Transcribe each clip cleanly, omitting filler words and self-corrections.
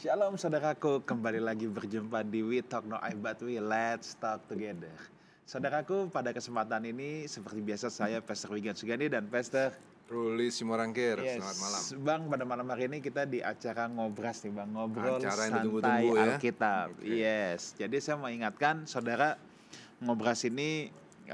Shalom saudaraku, kembali lagi berjumpa di We Talk No I But We Let's Talk Together. Saudaraku, pada kesempatan ini seperti biasa saya Pastor Wigan Sugandi dan Pastor Ruli Simorangkir, selamat malam. Bang, pada malam hari ini kita di acara ngobras nih Bang, ngobrol Acara yang santai ditunggu-tunggu ya. Alkitab. Oke. Yes, jadi saya mau ingatkan saudara, ngobras ini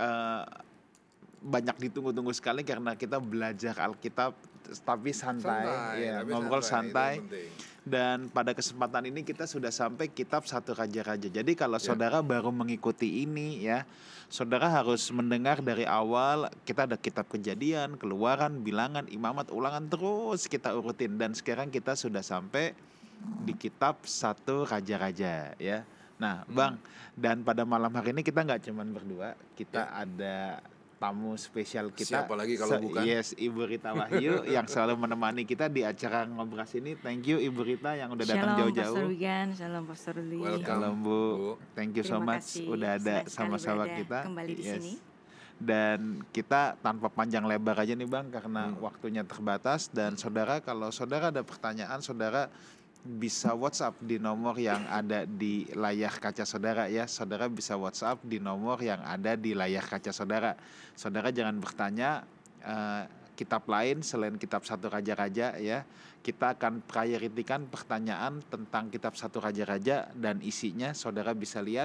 banyak ditunggu-tunggu sekali karena kita belajar Alkitab tapi santai, ya, tapi ngobrol itu santai. yang penting. Dan pada kesempatan ini kita sudah sampai kitab 1 Raja-Raja. Jadi kalau saudara baru mengikuti ini ya, saudara harus mendengar dari awal. Kita ada kitab Kejadian, Keluaran, Bilangan, Imamat, Ulangan, terus kita urutin. Dan sekarang kita sudah sampai di kitab 1 Raja-Raja ya. Nah Bang, dan pada malam hari ini kita nggak cuman berdua, kita ada tamu spesial kita. Siapa lagi kalau bukan? Yes, Ibu Rita Wahyu yang selalu menemani kita di acara ngobras ini. Thank you Ibu Rita yang udah datang jauh-jauh. Shalom Pastor Wigan, shalom Pastor Ruli. Welcome. Shalom Bu. Thank you so Terima much kasih. udah ada Senang sekali sama-sama berada kita. kembali di sini. Dan kita tanpa panjang lebar aja nih Bang karena waktunya terbatas. Dan saudara, kalau saudara ada pertanyaan, saudara bisa WhatsApp di nomor yang ada di layar kaca saudara ya. Saudara bisa WhatsApp di nomor yang ada di layar kaca saudara. Saudara jangan bertanya kitab lain selain kitab 1 Raja-Raja ya. Kita akan prioritikan pertanyaan tentang kitab 1 Raja-Raja dan isinya saudara bisa lihat.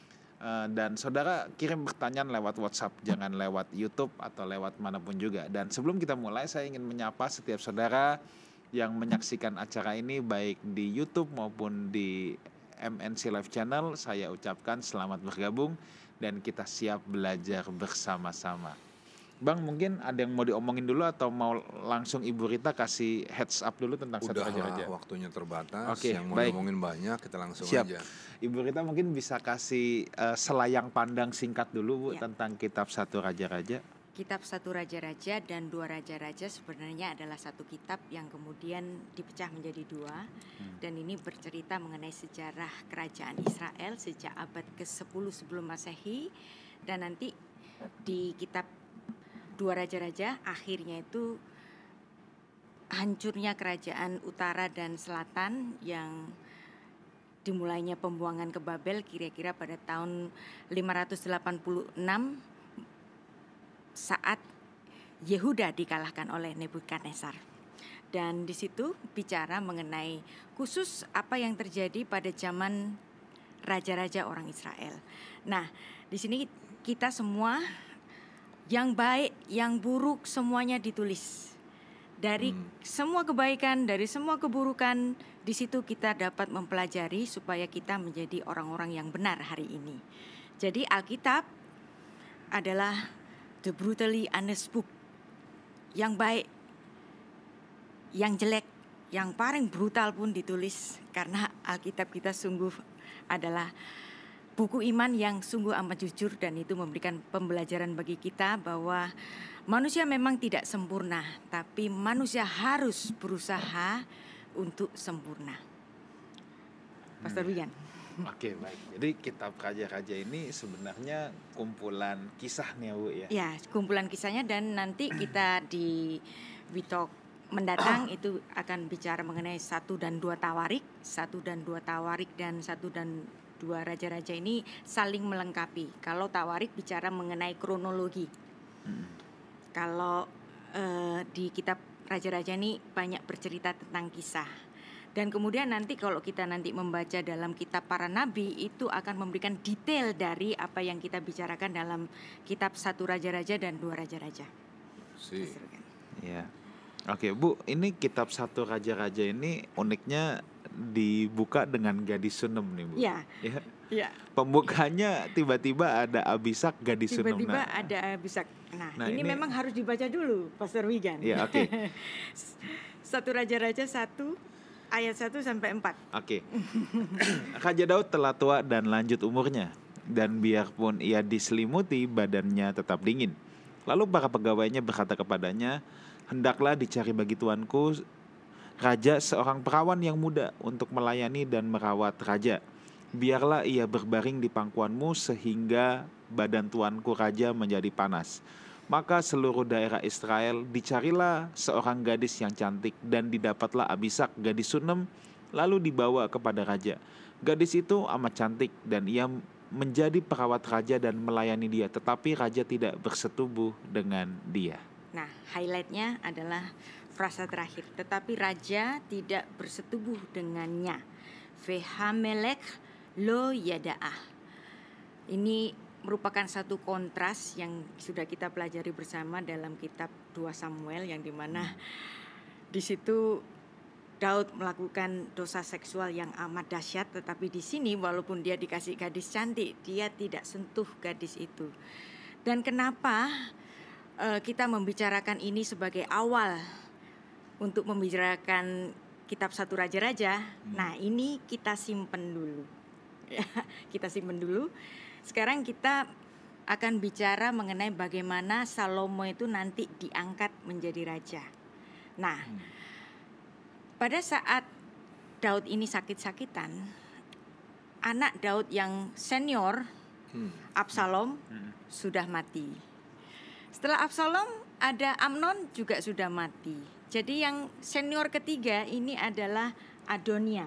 Dan saudara kirim pertanyaan lewat WhatsApp, jangan lewat YouTube atau lewat manapun juga. Dan sebelum kita mulai, saya ingin menyapa setiap saudara yang menyaksikan acara ini baik di YouTube maupun di MNC Live Channel. Saya ucapkan selamat bergabung dan kita siap belajar bersama-sama. Bang, mungkin ada yang mau diomongin dulu atau mau langsung Ibu Rita kasih heads up dulu tentang 1 Raja-Raja? Waktunya terbatas. Oke, yang mau baik. diomongin banyak, kita langsung Siap. aja. Ibu Rita mungkin bisa kasih selayang pandang singkat dulu Bu tentang kitab 1 Raja-Raja. Kitab 1 Raja-Raja dan 2 Raja-Raja sebenarnya adalah satu kitab yang kemudian dipecah menjadi dua. Dan ini bercerita mengenai sejarah kerajaan Israel sejak abad ke-10 sebelum Masehi. Dan nanti di kitab 2 Raja-Raja akhirnya itu hancurnya kerajaan utara dan selatan yang dimulainya pembuangan ke Babel kira-kira pada tahun 586 saat Yehuda dikalahkan oleh Nebukadnezar. Dan di situ bicara mengenai khusus apa yang terjadi pada zaman raja-raja orang Israel. Nah, di sini kita semua yang baik, yang buruk semuanya ditulis. Dari semua kebaikan, dari semua keburukan, di situ kita dapat mempelajari supaya kita menjadi orang-orang yang benar hari ini. Jadi Alkitab adalah the brutally honest book. Yang baik, yang jelek, yang paling brutal pun ditulis. Karena Alkitab kita sungguh adalah buku iman yang sungguh amat jujur. Dan itu memberikan pembelajaran bagi kita bahwa manusia memang tidak sempurna, tapi manusia harus berusaha untuk sempurna. Pastor Wigan. Oke, baik. Jadi kitab Raja-Raja ini sebenarnya kumpulan kisah nih Bu ya. Ya, kumpulan kisahnya, dan nanti kita di Witalk mendatang itu akan bicara mengenai 1 dan 2 Tawarik. 1 dan 2 Tawarik dan 1 dan 2 Raja-Raja ini saling melengkapi. Kalau Tawarik bicara mengenai kronologi. Kalau di kitab Raja-Raja ini banyak bercerita tentang kisah. Dan kemudian nanti kalau kita nanti membaca dalam kitab para nabi, itu akan memberikan detail dari apa yang kita bicarakan dalam kitab 1 Raja-Raja dan 2 Raja-Raja. Ya. Oke Bu, ini kitab 1 Raja-Raja ini uniknya dibuka dengan gadis Sunem nih Bu. Ya. Ya. Pembukanya tiba-tiba ada Abisak gadis Sunem. Tiba-tiba ada Abisak. Nah, ini memang harus dibaca dulu, Pastor Wigan. Ya, oke. 1 Raja-Raja 1 ayat 1 sampai 4. Oke. Raja Daud telah tua dan lanjut umurnya, dan biarpun ia diselimuti, badannya tetap dingin. Lalu para pegawainya berkata kepadanya, "Hendaklah dicari bagi tuanku raja seorang perawan yang muda untuk melayani dan merawat raja. Biarlah ia berbaring di pangkuanmu sehingga badan tuanku raja menjadi panas." Maka seluruh daerah Israel dicarilah seorang gadis yang cantik, dan didapatlah Abisak gadis Sunem lalu dibawa kepada raja. Gadis itu amat cantik dan ia menjadi perawat raja dan melayani dia, tetapi raja tidak bersetubuh dengan dia. Nah, highlightnya adalah frasa terakhir, tetapi raja tidak bersetubuh dengannya. Vehamelech lo yada'ah. Ini merupakan satu kontras yang sudah kita pelajari bersama dalam kitab 2 Samuel, yang dimana di situ Daud melakukan dosa seksual yang amat dahsyat, tetapi di sini walaupun dia dikasih gadis cantik, dia tidak sentuh gadis itu. Dan kenapa kita membicarakan ini sebagai awal untuk membicarakan kitab 1 Raja-Raja? Nah, ini kita simpen dulu. Kita simpen dulu. Sekarang kita akan bicara mengenai bagaimana Salomo itu nanti diangkat menjadi raja. Nah, pada saat Daud ini sakit-sakitan, anak Daud yang senior, Absalom, sudah mati. Setelah Absalom ada Amnon juga sudah mati. Jadi yang senior ketiga ini adalah Adonia.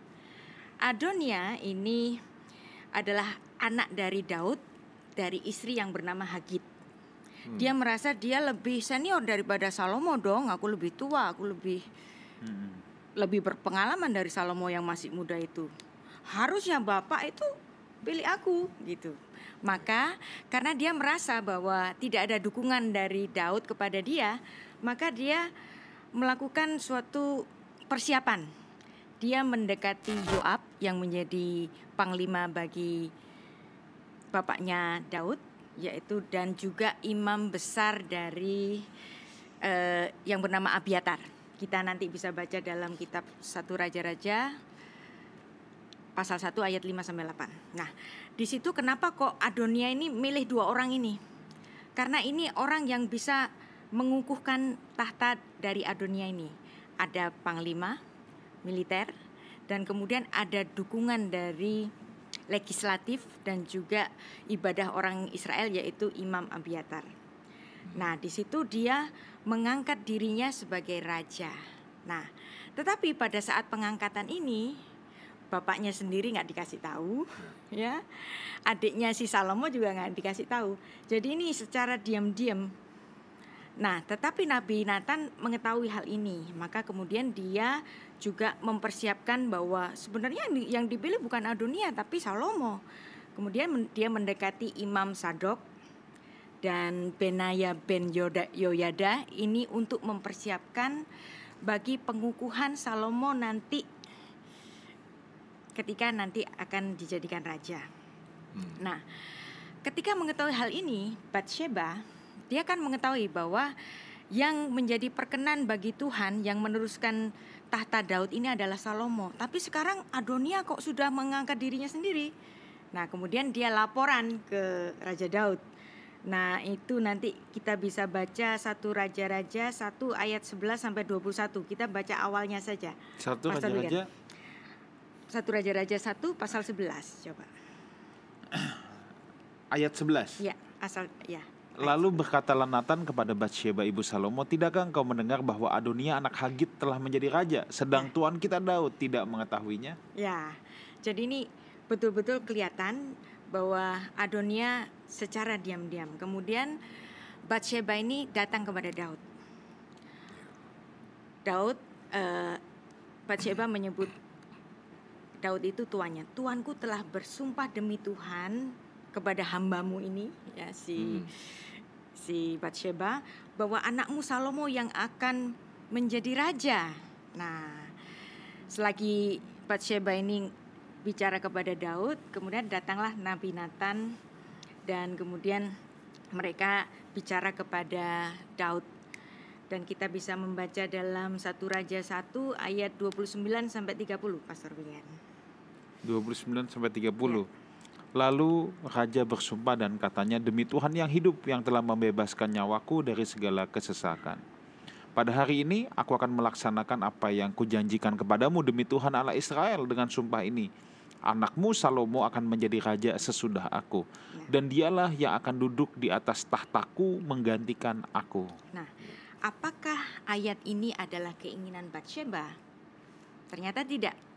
Adonia ini adalah anak dari Daud, dari istri yang bernama Hagit. Dia merasa dia lebih senior daripada Salomo dong. Aku lebih tua, aku lebih berpengalaman dari Salomo yang masih muda itu. Harusnya bapak itu pilih aku gitu. Maka karena dia merasa bahwa tidak ada dukungan dari Daud kepada dia, maka dia melakukan suatu persiapan. Dia mendekati Yoab yang menjadi panglima bagi bapaknya Daud, yaitu, dan juga imam besar dari yang bernama Abiatar. Kita nanti bisa baca dalam kitab 1 Raja-Raja pasal 1 ayat 5-8. Nah, di situ kenapa kok Adonia ini milih 2 orang ini? Karena ini orang yang bisa mengukuhkan tahta dari Adonia ini. Ada panglima militer dan kemudian ada dukungan dari legislatif dan juga ibadah orang Israel, yaitu Imam Abiatar. Nah, di situ dia mengangkat dirinya sebagai raja. Nah, tetapi pada saat pengangkatan ini bapaknya sendiri nggak dikasih tahu, ya. Adiknya si Salomo juga nggak dikasih tahu. Jadi ini secara diam-diam. Nah, tetapi Nabi Nathan mengetahui hal ini, maka kemudian dia juga mempersiapkan bahwa sebenarnya yang dipilih bukan Adonia tapi Salomo. Kemudian dia mendekati Imam Sadok dan Benaya ben Yoyada ini untuk mempersiapkan bagi pengukuhan Salomo nanti ketika nanti akan dijadikan raja. Nah, ketika mengetahui hal ini, Batsheba dia kan mengetahui bahwa yang menjadi perkenan bagi Tuhan yang meneruskan tahta Daud ini adalah Salomo. Tapi sekarang Adonia kok sudah mengangkat dirinya sendiri. Nah, kemudian dia laporan ke Raja Daud. Nah, itu nanti kita bisa baca 1 Raja-Raja 1 ayat 11-21. Kita baca awalnya saja. 1 Raja-Raja 1 Raja-Raja 1 pasal 11, coba. Ayat 11. Ya, asal ya. Lalu berkatalah Nathan kepada Batsheba ibu Salomo, tidakkah engkau mendengar bahwa Adonia anak Hagit telah menjadi raja, sedang tuan kita Daud tidak mengetahuinya? Ya, jadi ini betul-betul kelihatan bahwa Adonia secara diam-diam. Kemudian Batsheba ini datang kepada Daud. Batsheba menyebut Daud itu tuannya. Tuanku telah bersumpah demi Tuhan kepada hambamu ini, ya, si Batsheba, bahwa anakmu Salomo yang akan menjadi raja. Nah, selagi Batsheba ini bicara kepada Daud, kemudian datanglah Nabi Nathan dan kemudian mereka bicara kepada Daud. Dan kita bisa membaca dalam 1 Raja 1 ayat 29-30, Pastor William. 29-30. Ya. Lalu raja bersumpah dan katanya, demi Tuhan yang hidup yang telah membebaskan nyawaku dari segala kesesakan. Pada hari ini aku akan melaksanakan apa yang kujanjikan kepadamu demi Tuhan Allah Israel dengan sumpah ini. Anakmu Salomo akan menjadi raja sesudah aku. Dan dialah yang akan duduk di atas tahtaku menggantikan aku. Nah, apakah ayat ini adalah keinginan Batsheba? Ternyata tidak.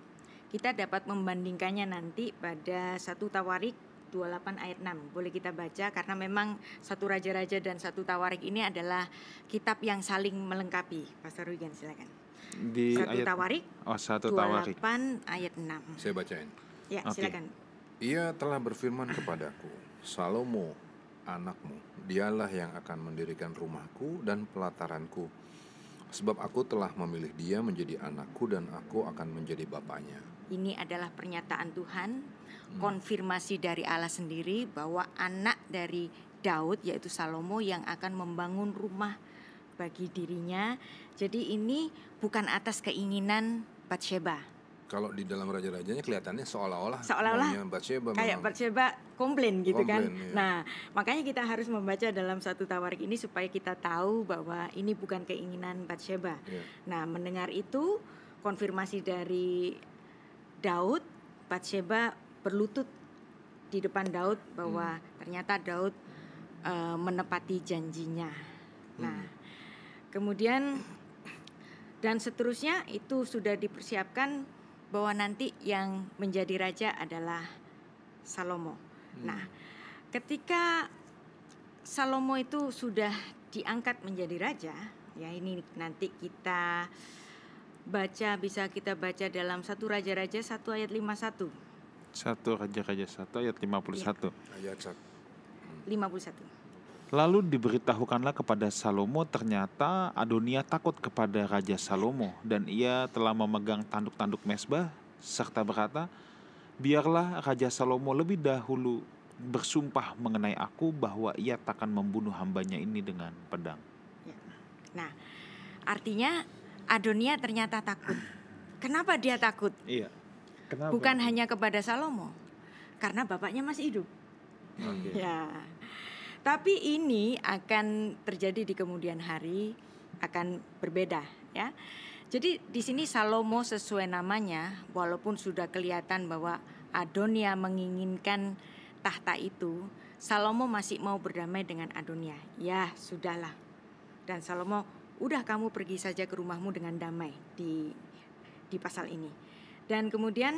Kita dapat membandingkannya nanti pada 1 Tawarik 28 ayat 6. Boleh kita baca karena memang 1 Raja-Raja dan 1 Tawarik ini adalah kitab yang saling melengkapi. Pastor Wigan silakan. Di 1 ayat Tawarik 1 Tawarik 28 ayat 6. Saya bacain. Ya, Oke. silakan. Ia telah berfirman kepadaku, Salomo, anakmu, dialah yang akan mendirikan rumahku dan pelataranku. Sebab aku telah memilih dia menjadi anakku dan aku akan menjadi bapaknya. Ini adalah pernyataan Tuhan, konfirmasi dari Allah sendiri bahwa anak dari Daud yaitu Salomo yang akan membangun rumah bagi dirinya. Jadi ini bukan atas keinginan Batsheba. Kalau di dalam Raja-Rajanya kelihatannya seolah-olah Seolah-olah maunya Batsheba kayak memang. Batsheba komplain gitu kan. Komplain, iya. Nah, makanya kita harus membaca dalam 1 Tawarik ini supaya kita tahu bahwa ini bukan keinginan Batsheba. Iya. Nah, mendengar itu konfirmasi dari Daud, Batsheba berlutut di depan Daud bahwa ternyata Daud menepati janjinya. Nah, kemudian dan seterusnya itu sudah dipersiapkan bahwa nanti yang menjadi raja adalah Salomo. Nah, ketika Salomo itu sudah diangkat menjadi raja, ya ini nanti kita baca, bisa kita baca dalam 1 Raja-Raja 1 ayat 51. 1 Raja-Raja 1 ayat 51. Ayat 1. 51. Lalu diberitahukanlah kepada Salomo, ternyata Adonia takut kepada Raja Salomo dan ia telah memegang tanduk-tanduk mezbah serta berkata, biarlah Raja Salomo lebih dahulu bersumpah mengenai aku bahwa ia takkan membunuh hambanya ini dengan pedang. Ya. Nah, artinya Adonia ternyata takut. Kenapa dia takut? Iya. Kenapa? Bukan hanya kepada Salomo, karena bapaknya masih hidup. Oke. Ya. Tapi ini akan terjadi di kemudian hari, akan berbeda ya. Jadi di sini Salomo sesuai namanya, walaupun sudah kelihatan bahwa Adonia menginginkan tahta itu, Salomo masih mau berdamai dengan Adonia. Ya, sudahlah. Dan Salomo, udah kamu pergi saja ke rumahmu dengan damai di pasal ini. Dan kemudian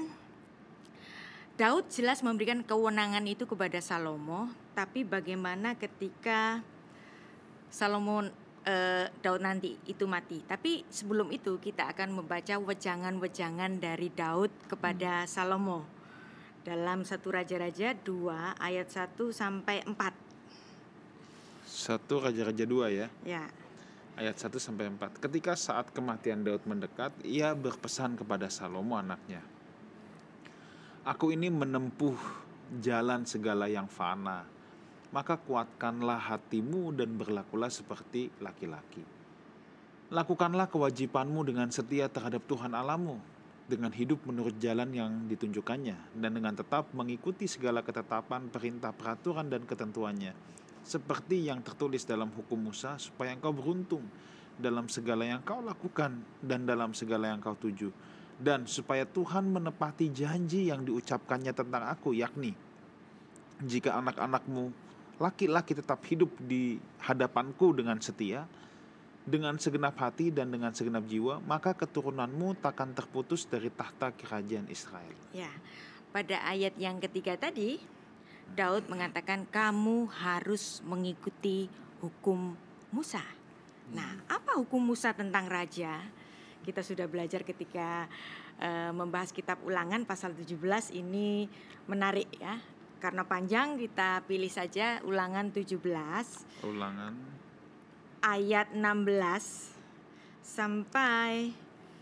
Daud jelas memberikan kewenangan itu kepada Salomo, tapi bagaimana ketika Daud nanti itu mati. Tapi sebelum itu kita akan membaca wejangan-wejangan dari Daud kepada Salomo dalam 1 Raja-Raja 2 ayat 1 sampai 4. 1 Raja-Raja 2 ya. Ya. Ayat 1 sampai 4. Ketika saat kematian Daud mendekat, ia berpesan kepada Salomo anaknya, aku ini menempuh jalan segala yang fana, maka kuatkanlah hatimu dan berlakulah seperti laki-laki. Lakukanlah kewajibanmu dengan setia terhadap Tuhan Allahmu, dengan hidup menurut jalan yang ditunjukkannya, dan dengan tetap mengikuti segala ketetapan, perintah, peraturan, dan ketentuannya, seperti yang tertulis dalam hukum Musa, supaya engkau beruntung dalam segala yang kau lakukan dan dalam segala yang kau tuju. Dan supaya Tuhan menepati janji yang diucapkannya tentang aku, yakni jika anak-anakmu laki-laki tetap hidup di hadapanku dengan setia, dengan segenap hati dan dengan segenap jiwa, maka keturunanmu takkan terputus dari tahta kerajaan Israel. Ya. Pada ayat yang ketiga tadi, Daud mengatakan kamu harus mengikuti hukum Musa. Nah, apa hukum Musa tentang raja? Kita sudah belajar ketika membahas kitab Ulangan pasal 17, ini menarik ya. Karena panjang kita pilih saja Ulangan 17. Ulangan Ayat 16 sampai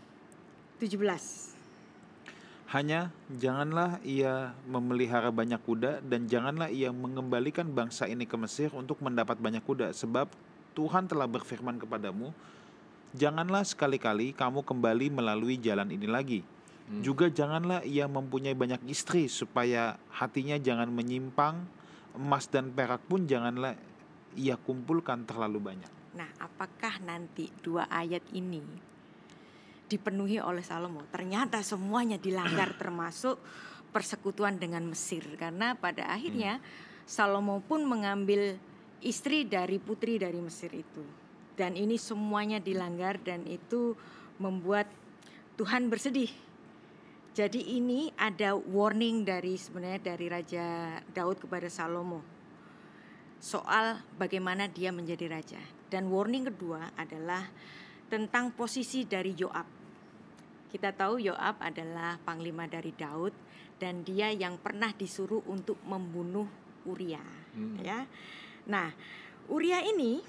17. Hanya janganlah ia memelihara banyak kuda dan janganlah ia mengembalikan bangsa ini ke Mesir untuk mendapat banyak kuda, sebab Tuhan telah berfirman kepadamu, janganlah sekali-kali kamu kembali melalui jalan ini lagi. Juga janganlah ia mempunyai banyak istri, supaya hatinya jangan menyimpang. Emas dan perak pun janganlah ia kumpulkan terlalu banyak. Nah, apakah nanti 2 ayat ini dipenuhi oleh Salomo? Ternyata semuanya dilanggar, termasuk persekutuan dengan Mesir. Karena pada akhirnya Salomo pun mengambil istri dari putri dari Mesir itu. Dan ini semuanya dilanggar dan itu membuat Tuhan bersedih. Jadi ini ada warning sebenarnya dari Raja Daud kepada Salomo soal bagaimana dia menjadi raja. Dan warning kedua adalah tentang posisi dari Yoab. Kita tahu Yoab adalah panglima dari Daud dan dia yang pernah disuruh untuk membunuh Uria. Ya. Nah, Uria ini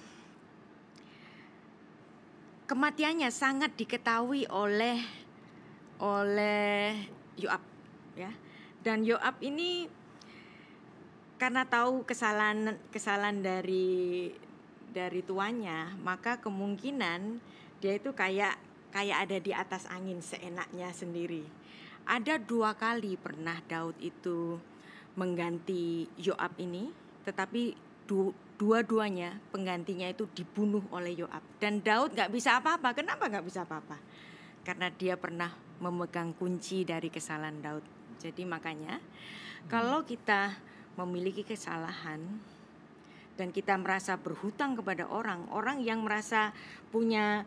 kematiannya sangat diketahui oleh Yoab, ya. Dan Yoab ini karena tahu kesalahan dari tuannya, maka kemungkinan dia itu kayak ada di atas angin seenaknya sendiri. Ada 2 kali pernah Daud itu mengganti Yoab ini, tetapi dua-duanya penggantinya itu dibunuh oleh Yoab. Dan Daud gak bisa apa-apa. Kenapa gak bisa apa-apa? Karena dia pernah memegang kunci dari kesalahan Daud. Jadi makanya kalau kita memiliki kesalahan dan kita merasa berhutang kepada orang yang merasa punya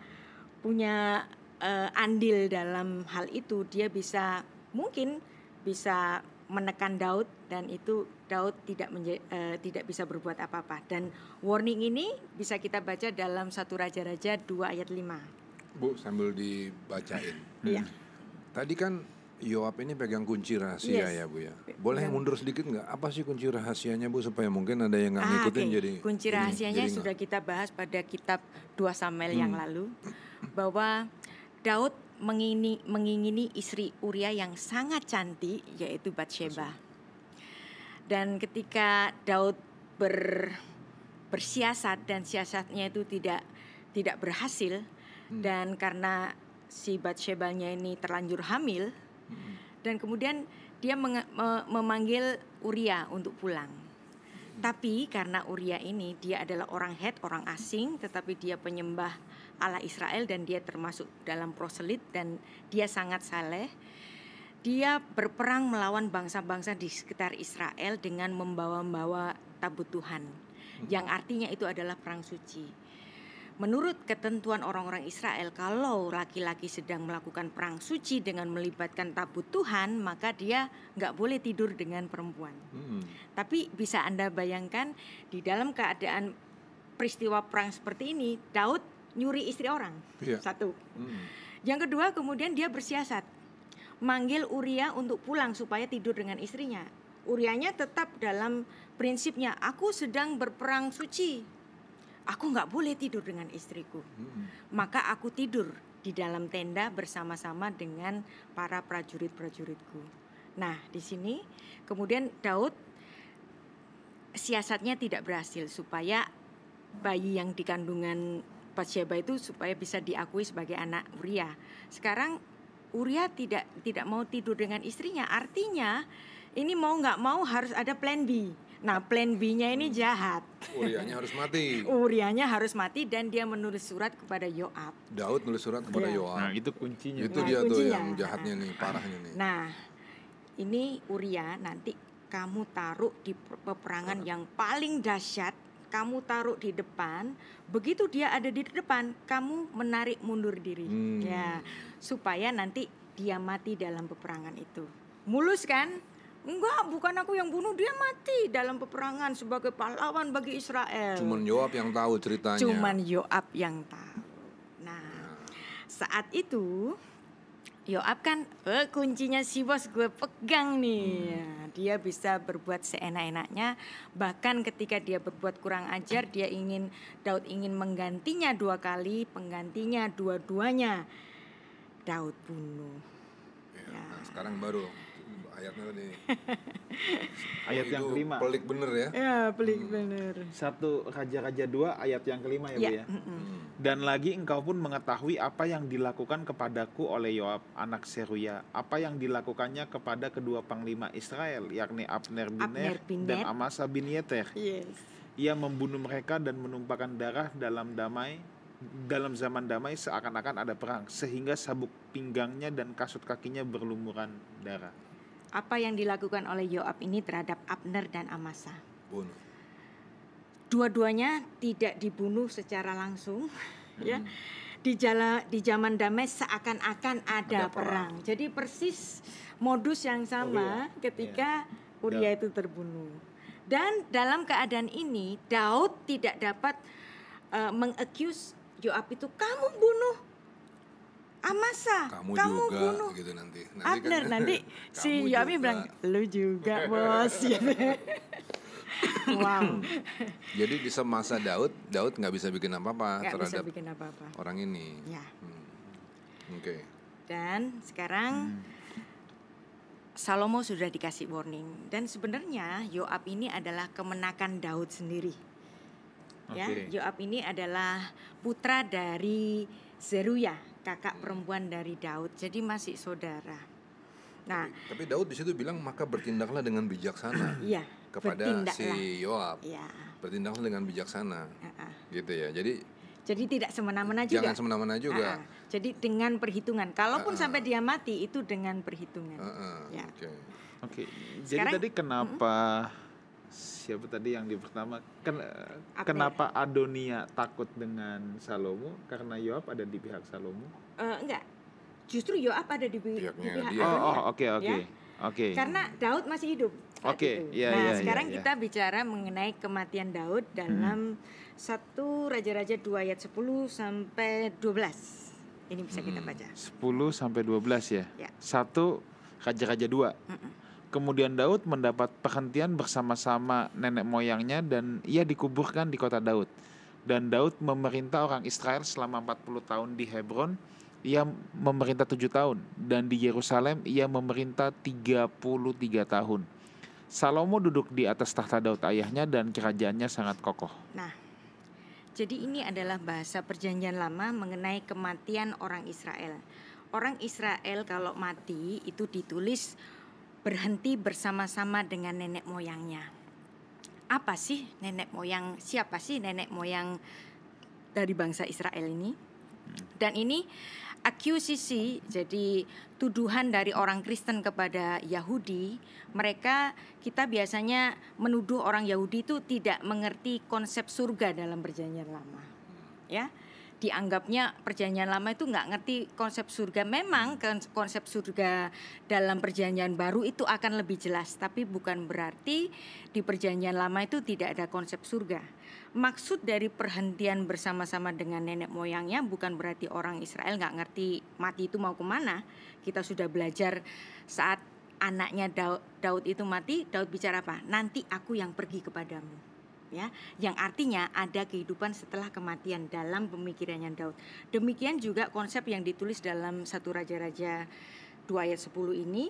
andil dalam hal itu, dia mungkin bisa menekan Daud dan itu Daud tidak bisa berbuat apa-apa. Dan warning ini bisa kita baca dalam 1 Raja-Raja 2 ayat 5. Bu, sambil dibacain. Iya. Tadi kan Yoab ini pegang kunci rahasia, Yes. ya Bu ya. Boleh mundur sedikit nggak? Apa sih kunci rahasianya Bu, supaya mungkin ada yang nggak ngikutin Oke. jadi. Kunci rahasianya sudah kita bahas pada kitab 2 Samuel yang lalu, bahwa Daud mengingini istri Uria yang sangat cantik, yaitu Batsheba. Dan ketika Daud bersiasat dan siasatnya itu tidak berhasil, dan karena si Batshebanya ini terlanjur hamil, dan kemudian dia memanggil Uria untuk pulang. Tapi karena Uria ini dia adalah orang Het, orang asing, tetapi dia penyembah Allah Israel dan dia termasuk dalam proselit dan dia sangat saleh. Dia berperang melawan bangsa-bangsa di sekitar Israel dengan membawa tabut Tuhan, yang artinya itu adalah perang suci. Menurut ketentuan orang-orang Israel, kalau laki-laki sedang melakukan perang suci dengan melibatkan tabut Tuhan, maka dia nggak boleh tidur dengan perempuan. Tapi bisa Anda bayangkan di dalam keadaan peristiwa perang seperti ini, Daud nyuri istri orang. Iya. 1. Yang kedua, kemudian dia bersiasat manggil Uria untuk pulang supaya tidur dengan istrinya. Urianya tetap dalam prinsipnya, aku sedang berperang suci, aku gak boleh tidur dengan istriku. Maka aku tidur di dalam tenda bersama-sama dengan para prajurit-prajuritku. Nah, di sini kemudian Daud siasatnya tidak berhasil supaya bayi yang di kandungan Batsheba itu supaya bisa diakui sebagai anak Uria. Sekarang Uria tidak mau tidur dengan istrinya, artinya ini mau nggak mau harus ada plan B. Nah, plan B-nya ini jahat. Urianya harus mati. Urianya harus mati dan dia menulis surat kepada Yoab. Daud nulis surat kepada Yoab. Nah, itu kuncinya. Itu Nah, dia tuh kuncinya. yang jahatnya nih, parahnya nih. Nah, ini Uria nanti kamu taruh di peperangan yang paling dahsyat, kamu taruh di depan. Begitu dia ada di depan, kamu menarik mundur diri, ya, supaya nanti dia mati dalam peperangan itu. Mulus kan? Enggak, bukan aku yang bunuh, dia mati dalam peperangan sebagai pahlawan bagi Israel. Cuman Yoab yang tahu ceritanya. Cuman Yoab yang tahu. Nah, saat itu Yoab kan kuncinya si bos gue pegang nih. Nah, dia bisa berbuat seenak-enaknya. Bahkan ketika dia berbuat kurang ajar, Daud ingin menggantinya 2 kali, penggantinya dua-duanya Daud bunuh. Ya, nah, sekarang baru ayatnya tadi. Ayat yang kelima. Pelik bener ya. Ya, pelik bener. 1 Raja-Raja 2 ayat yang kelima ya, Bu ya. Dan lagi engkau pun mengetahui apa yang dilakukan kepadaku oleh Yoab anak Seruya, apa yang dilakukannya kepada kedua panglima Israel, yakni Abner bin Ner dan Amasa bin Yeter. Yes. Ia membunuh mereka dan menumpahkan darah dalam zaman damai seakan-akan ada perang, sehingga sabuk pinggangnya dan kasut kakinya berlumuran darah. Apa yang dilakukan oleh Yoab ini terhadap Abner dan Amasa? Bunuh. Dua-duanya tidak dibunuh secara langsung, ya. di zaman damai seakan-akan ada Ada perang. perang. Jadi persis modus yang sama ketika Uria itu terbunuh. Dan dalam keadaan ini Daud tidak dapat mengaccuse Yoab itu, kamu bunuh Amasa, Kamu juga bunuh gitu nanti. Abner. Nanti si kamu Yoab juga. bilang, lu juga bos. Wow, Jadi di semasa Daud nggak bisa bikin apa-apa nggak bisa terhadap bikin apa-apa. orang ini. Ya. Oke. Dan sekarang Salomo sudah dikasih warning. Dan sebenarnya Yoab ini adalah kemenakan Daud sendiri. Ya, Oke. Yoab ini adalah putra dari Zeruya, kakak perempuan dari Daud. Jadi masih saudara. Nah, Tapi Daud di situ bilang maka bertindaklah dengan bijaksana iya, kepada bertindaklah. si Yoab. Iya. Bertindaklah dengan bijaksana. Gitu ya. Jadi tidak semena-mena juga. Jangan semena-mena juga. Jadi dengan perhitungan. Kalaupun sampai dia mati itu dengan perhitungan. Ya. Oke. Oke. Jadi Sekarang- tadi kenapa siapa tadi yang di pertama Abner. kenapa Adonia takut dengan Salomo karena Yoab ada di pihak Salomo? Enggak. Justru Yoab ada di Pihaknya pihak dia. Adonia. Oke. Ya. Oke. Karena Daud masih hidup saat Oke, itu. iya, Nah, iya, sekarang iya. kita bicara mengenai kematian Daud dalam 1 Raja-Raja 2 ayat 10 sampai 12. Ini bisa kita baca. 10 sampai 12 ya. Ya. 1 Raja-Raja 2. Kemudian Daud mendapat perhentian bersama-sama nenek moyangnya dan ia dikuburkan di kota Daud. Dan Daud memerintah orang Israel selama 40 tahun di Hebron. Ia memerintah 7 tahun. Dan di Yerusalem ia memerintah 33 tahun. Salomo duduk di atas tahta Daud ayahnya dan kerajaannya sangat kokoh. Nah, jadi ini adalah bahasa perjanjian lama mengenai kematian orang Israel. Orang Israel kalau mati itu ditulis berhenti bersama-sama dengan nenek moyangnya. Apa sih nenek moyang? Siapa sih nenek moyang dari bangsa Israel ini? Dan ini accusation, jadi tuduhan dari orang Kristen kepada Yahudi. Kita biasanya menuduh orang Yahudi itu tidak mengerti konsep surga dalam perjanjian lama. Ya, dianggapnya perjanjian lama itu nggak ngerti konsep surga. Memang konsep surga dalam perjanjian baru itu akan lebih jelas, tapi bukan berarti di perjanjian lama itu tidak ada konsep surga. Maksud dari perhentian bersama-sama dengan nenek moyangnya bukan berarti orang Israel nggak ngerti mati itu mau kemana. Kita sudah belajar saat anaknya Daud itu mati, Daud bicara apa? Nanti aku yang pergi kepadamu. Ya, yang artinya ada kehidupan setelah kematian dalam pemikirannya Daud. Demikian juga konsep yang ditulis dalam 1 Raja-Raja 2 ayat 10 ini.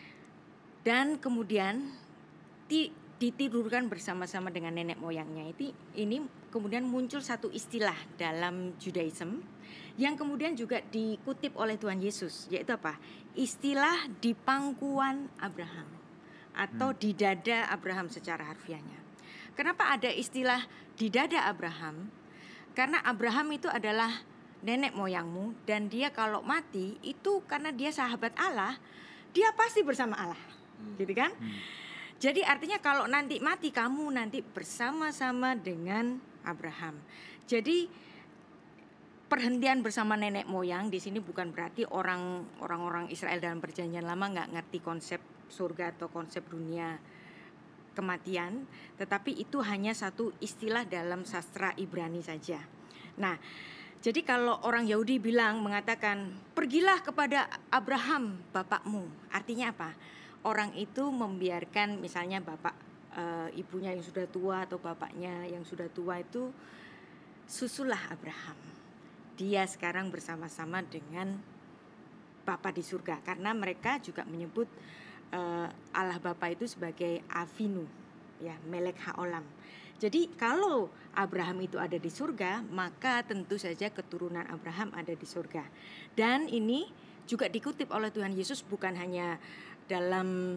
Dan kemudian ditidurkan bersama-sama dengan nenek moyangnya. Ini kemudian muncul satu istilah dalam Judaism yang kemudian juga dikutip oleh Tuhan Yesus, yaitu apa? Istilah di pangkuan Abraham atau di dada Abraham secara harfiahnya. Kenapa ada istilah di dada Abraham? Karena Abraham itu adalah nenek moyangmu dan dia kalau mati itu karena dia sahabat Allah, dia pasti bersama Allah. Gitu kan? Jadi artinya kalau nanti mati kamu nanti bersama-sama dengan Abraham. Jadi perhentian bersama nenek moyang di sini bukan berarti orang-orang Israel dalam perjanjian lama nggak ngerti konsep surga atau konsep dunia kematian, tetapi itu hanya satu istilah dalam sastra Ibrani saja. Nah, jadi kalau orang Yahudi mengatakan pergilah kepada Abraham bapakmu, artinya apa? Orang itu membiarkan misalnya bapak ibunya yang sudah tua atau bapaknya yang sudah tua itu susulah Abraham. Dia sekarang bersama-sama dengan Bapa di surga karena mereka juga menyebut Allah Bapa itu sebagai Avinu, ya, Melek Haolam. Jadi kalau Abraham itu ada di surga, maka tentu saja keturunan Abraham ada di surga. Dan ini juga dikutip oleh Tuhan Yesus bukan hanya dalam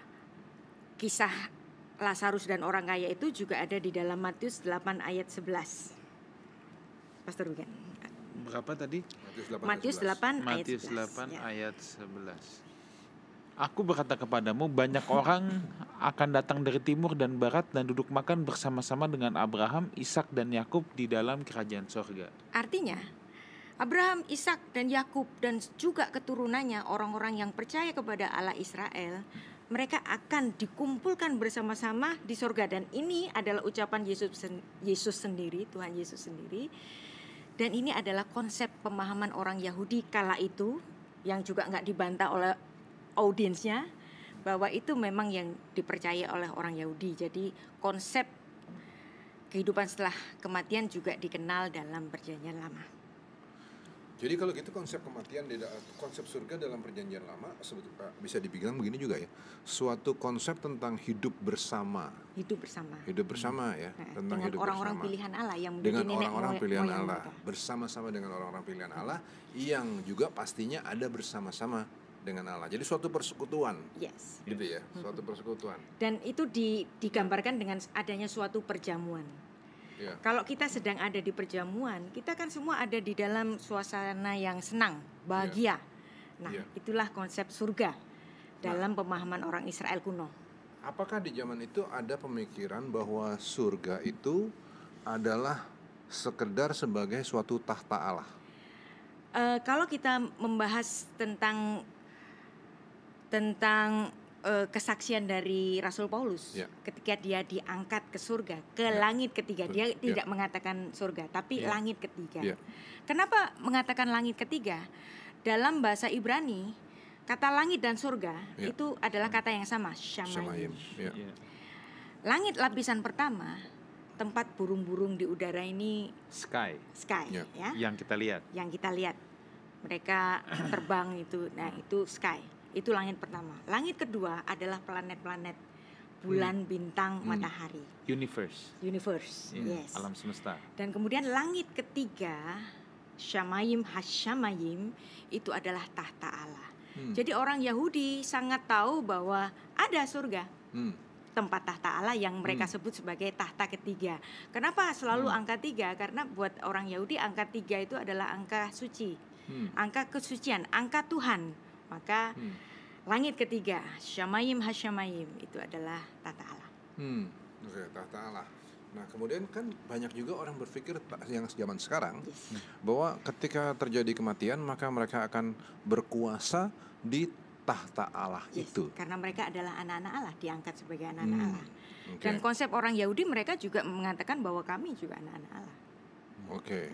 kisah Lazarus dan orang kaya itu, juga ada di dalam Matius 8 ayat 11. Pastor Wigan. Berapa tadi? Matius 8 ayat 11. Matius 8 ya. ayat 11. Aku berkata kepadamu, banyak orang akan datang dari timur dan barat dan duduk makan bersama-sama dengan Abraham, Ishak dan Yakub di dalam kerajaan sorga. Artinya Abraham, Ishak dan Yakub dan juga keturunannya, orang-orang yang percaya kepada Allah Israel, mereka akan dikumpulkan bersama-sama di sorga. Dan ini adalah ucapan Yesus sendiri, Tuhan Yesus sendiri. Dan ini adalah konsep pemahaman orang Yahudi kala itu, yang juga nggak dibantah oleh audiensnya, bahwa itu memang yang dipercaya oleh orang Yahudi. Jadi konsep kehidupan setelah kematian juga dikenal dalam Perjanjian Lama. Jadi kalau gitu konsep kematian, konsep surga dalam Perjanjian Lama sebetulnya bisa dibilang begini juga ya, suatu konsep tentang hidup bersama ya, tentang dengan hidup orang-orang bersama pilihan Allah yang menjadi dengan nenek orang-orang pilihan moyang Allah, mereka. bersama-sama dengan orang-orang pilihan Allah yang juga pastinya ada bersama-sama dengan Allah. Jadi suatu persekutuan, Yes. gitu ya, suatu persekutuan. Dan itu digambarkan dengan adanya suatu perjamuan. Ya. Kalau kita sedang ada di perjamuan, kita kan semua ada di dalam suasana yang senang, bahagia. Nah, itulah konsep surga dalam pemahaman orang Israel kuno. Apakah di zaman itu ada pemikiran bahwa surga itu adalah sekedar sebagai suatu tahta Allah? Kalau kita membahas tentang kesaksian dari Rasul Paulus, ketika dia diangkat ke surga, ke langit ketiga, dia tidak mengatakan surga, tapi langit ketiga. Kenapa mengatakan langit ketiga? Dalam bahasa Ibrani, kata langit dan surga itu adalah kata yang sama, shamayim. Langit lapisan pertama, tempat burung-burung di udara ini, sky, ya, yang kita lihat. Mereka terbang itu, nah itu sky. Itu langit pertama. Langit kedua adalah planet-planet, bulan, bintang, matahari. Universe. Yes. Alam semesta. Dan kemudian langit ketiga, Shamayim Hashamayim, itu adalah tahta Allah. Jadi orang Yahudi sangat tahu bahwa ada surga, tempat tahta Allah yang mereka sebut sebagai tahta ketiga. Kenapa selalu angka 3? Karena buat orang Yahudi angka 3 itu adalah angka suci, angka kesucian, angka Tuhan. Maka langit ketiga, Shamayim Hashamayim, itu adalah tahta Allah. Tahta Allah. Nah kemudian kan banyak juga orang berpikir yang zaman sekarang bahwa ketika terjadi kematian maka mereka akan berkuasa di tahta Allah itu. Karena mereka adalah anak-anak Allah, diangkat sebagai anak-anak Allah. Dan konsep orang Yahudi mereka juga mengatakan bahwa kami juga anak-anak Allah. Oke.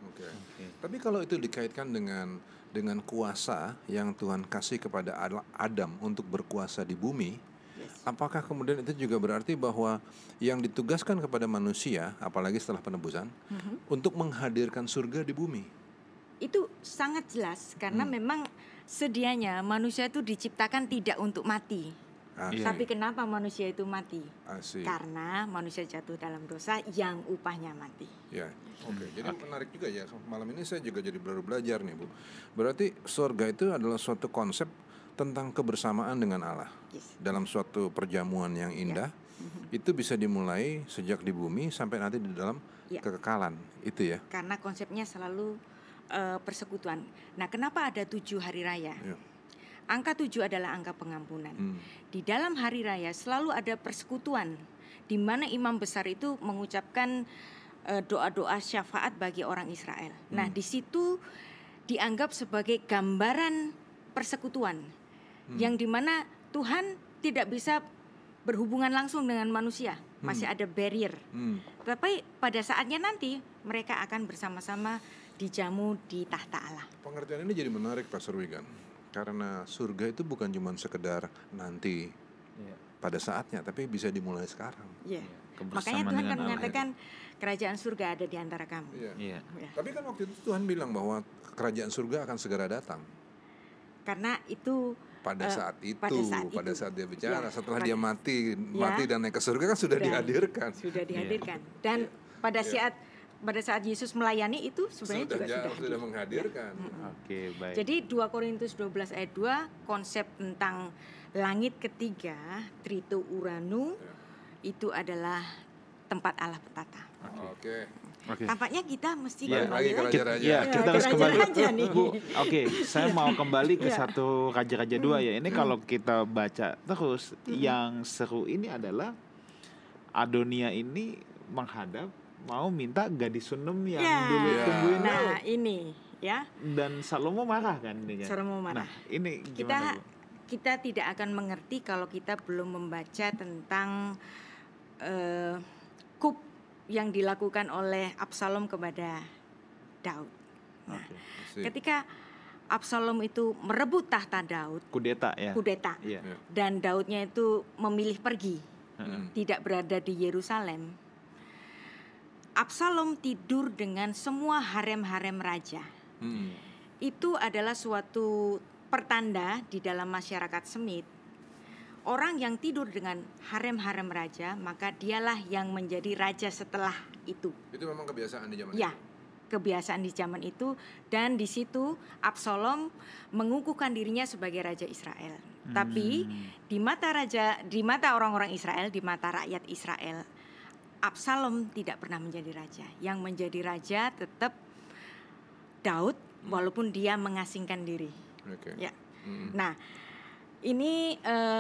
Tapi kalau itu dikaitkan dengan kuasa yang Tuhan kasih kepada Adam untuk berkuasa di bumi, apakah kemudian itu juga berarti bahwa yang ditugaskan kepada manusia, apalagi setelah penebusan, untuk menghadirkan surga di bumi? Itu sangat jelas karena memang sedianya manusia itu diciptakan tidak untuk mati. Tapi kenapa manusia itu mati? Karena manusia jatuh dalam dosa yang upahnya mati. Jadi menarik juga ya. Malam ini saya juga jadi baru belajar nih Bu. Berarti surga itu adalah suatu konsep tentang kebersamaan dengan Allah dalam suatu perjamuan yang indah. Itu bisa dimulai sejak di bumi sampai nanti di dalam kekekalan itu ya. Karena konsepnya selalu persekutuan. Nah, kenapa ada 7 hari raya? Angka 7 adalah angka pengampunan. Di dalam hari raya selalu ada persekutuan, di mana imam besar itu mengucapkan doa-doa syafaat bagi orang Israel. Nah, di situ dianggap sebagai gambaran persekutuan, yang dimana Tuhan tidak bisa berhubungan langsung dengan manusia, masih ada barrier. Tapi pada saatnya nanti mereka akan bersama-sama dijamu di tahta Allah. Pengertian ini jadi menarik, Pastor Wigan. Karena surga itu bukan cuma sekedar nanti pada saatnya, tapi bisa dimulai sekarang. Makanya Tuhan kan mengatakan kerajaan surga ada di antara kamu. Tapi kan waktu itu Tuhan bilang bahwa kerajaan surga akan segera datang. Karena itu pada saat dia bicara, setelah dia mati dan naik ke surga kan sudah dihadirkan. Dan pada saat Yesus melayani itu sebenarnya sudah menghadirkan. Baik. Jadi 2 Korintus 12 ayat 2, konsep tentang langit ketiga, Trito Uranu, itu adalah tempat Allah bertata. Tampaknya kita mesti kembali lagi. Kita harus kembali. Bu, saya mau kembali ke satu Raja-Raja 2 ya. Ini kalau kita baca terus, yang seru ini adalah Adonia ini menghadap mau minta gadis Sunem yang Ya. dulu tumbuhin Nah, Daud. ini ya, Dan Salomo marah kan ini kan. Salomo marah. Nah, ini gimana Bu? Kita tidak akan mengerti kalau kita belum membaca tentang kup yang dilakukan oleh Absalom kepada Daud. Nah, Asik. ketika Absalom itu merebut tahta Daud, Kudeta ya. kudeta, Iya. dan Daudnya itu memilih pergi, Hmm. tidak berada di Yerusalem. Absalom tidur dengan semua harem-harem raja. Hmm. Itu adalah suatu pertanda di dalam masyarakat Semit. Orang yang tidur dengan harem-harem raja, maka dialah yang menjadi raja setelah itu. Itu memang kebiasaan di zaman Ya, itu. kebiasaan di zaman itu, dan di situ Absalom mengukuhkan dirinya sebagai raja Israel. Tapi di mata orang-orang Israel, di mata rakyat Israel, Absalom tidak pernah menjadi raja. Yang menjadi raja tetap Daud, walaupun dia mengasingkan diri. Oke. Ya. Hmm. Nah, ini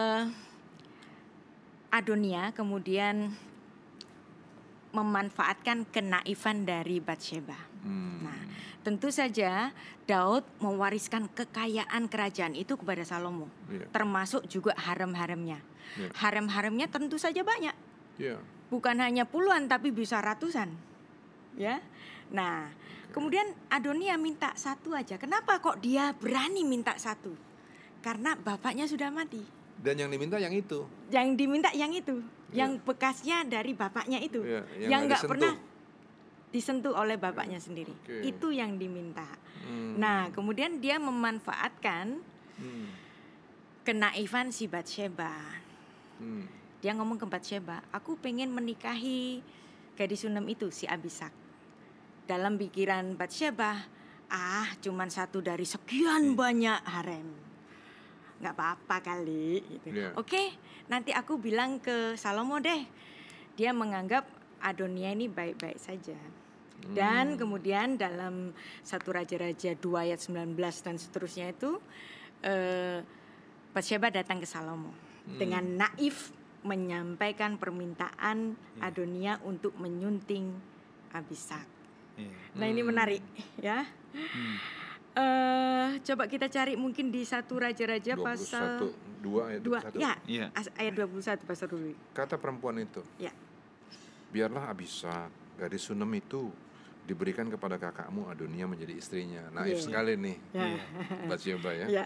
Adonia kemudian memanfaatkan kenaifan dari Batsheba. Hmm. Nah, tentu saja Daud mewariskan kekayaan kerajaan itu kepada Salomo, Iya. termasuk juga harem-haremnya. Iya. Harem-haremnya tentu saja banyak, Iya. bukan hanya puluhan tapi bisa ratusan, ya. Nah, kemudian Adonia minta satu aja. Kenapa kok dia berani minta satu? Karena bapaknya sudah mati. Dan yang diminta yang itu. Yang diminta yang itu, Iya. yang bekasnya dari bapaknya itu, Iya, yang yang nggak nggak pernah disentuh. disentuh oleh bapaknya sendiri. Oke. Itu yang diminta. Hmm. Nah, kemudian dia memanfaatkan Hmm. kenaifan si Batsheba. Hmm. Dia ngomong ke Batsheba, aku pengen menikahi gadis Sunem itu, si Abisak. Dalam pikiran Batsheba, cuman satu dari sekian banyak harem, nggak apa-apa kali gitu. Iya. Oke, nanti aku bilang ke Salomo deh. Dia menganggap Adonia ini baik-baik saja. Dan kemudian dalam 1 Raja-Raja 2 ayat 19 dan seterusnya itu Batsheba datang ke Salomo dengan naif menyampaikan permintaan Adonia untuk menyunting Abisak. Iya. Nah, ini menarik ya. Coba kita cari mungkin di 1 Raja-Raja pasal 2 ayat 2 21. ya, Iya. ayat 21 pasal 2. Kata perempuan itu, Ya. biarlah Abisak, gadis Sunem itu diberikan kepada kakakmu Adonia menjadi istrinya. Naif Iya. sekali nih, Ya. Batsheba ya. Ya.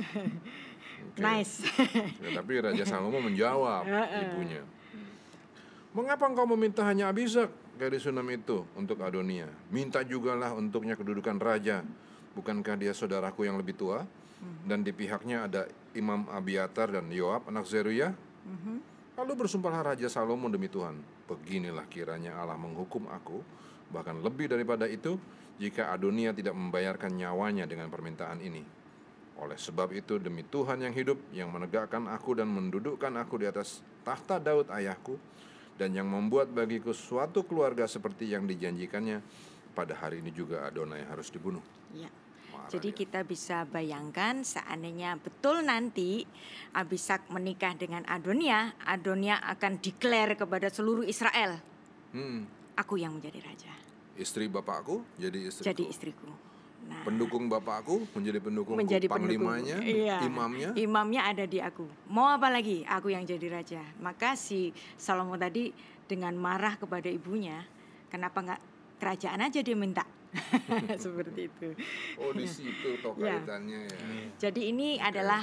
Oke. Nice. Ya, tapi Raja Salomo menjawab ibunya, mengapa engkau meminta hanya Abisak, gadis Sunem itu, untuk Adonia? Minta jugalah untuknya kedudukan raja. Bukankah dia saudaraku yang lebih tua? Dan di pihaknya ada Imam Abiatar dan Yoab anak Zeruya. Lalu bersumpahlah Raja Salomo demi Tuhan, beginilah kiranya Allah menghukum aku, bahkan lebih daripada itu, jika Adonia tidak membayarkan nyawanya dengan permintaan ini. Oleh sebab itu, demi Tuhan yang hidup, yang menegakkan aku dan mendudukkan aku di atas tahta Daud ayahku, dan yang membuat bagiku suatu keluarga seperti yang dijanjikannya, pada hari ini juga Adonai harus dibunuh. Ya. Marah Jadi dia. kita bisa bayangkan seandainya betul nanti Abisak menikah dengan Adonia, Adonia akan declare kepada seluruh Israel, aku yang menjadi raja, Istri bapakku jadi istriku. jadi istriku. Nah, Pendukung bapakku menjadi pendukungku. menjadi Panglimanya, pendukung. Iya. imamnya. ada di aku. Mau apa lagi? Aku yang jadi raja. Maka si Salomo tadi dengan marah kepada ibunya, kenapa nggak kerajaan aja dia minta? Seperti itu. Oh, di situ toh Ya. kaitannya ya. Jadi ini adalah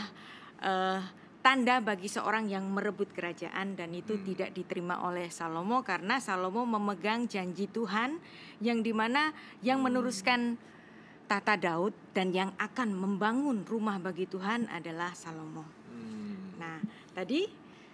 tanda bagi seorang yang merebut kerajaan, dan itu tidak diterima oleh Salomo karena Salomo memegang janji Tuhan yang dimana yang meneruskan tata Daud dan yang akan membangun rumah bagi Tuhan adalah Salomo. Nah, tadi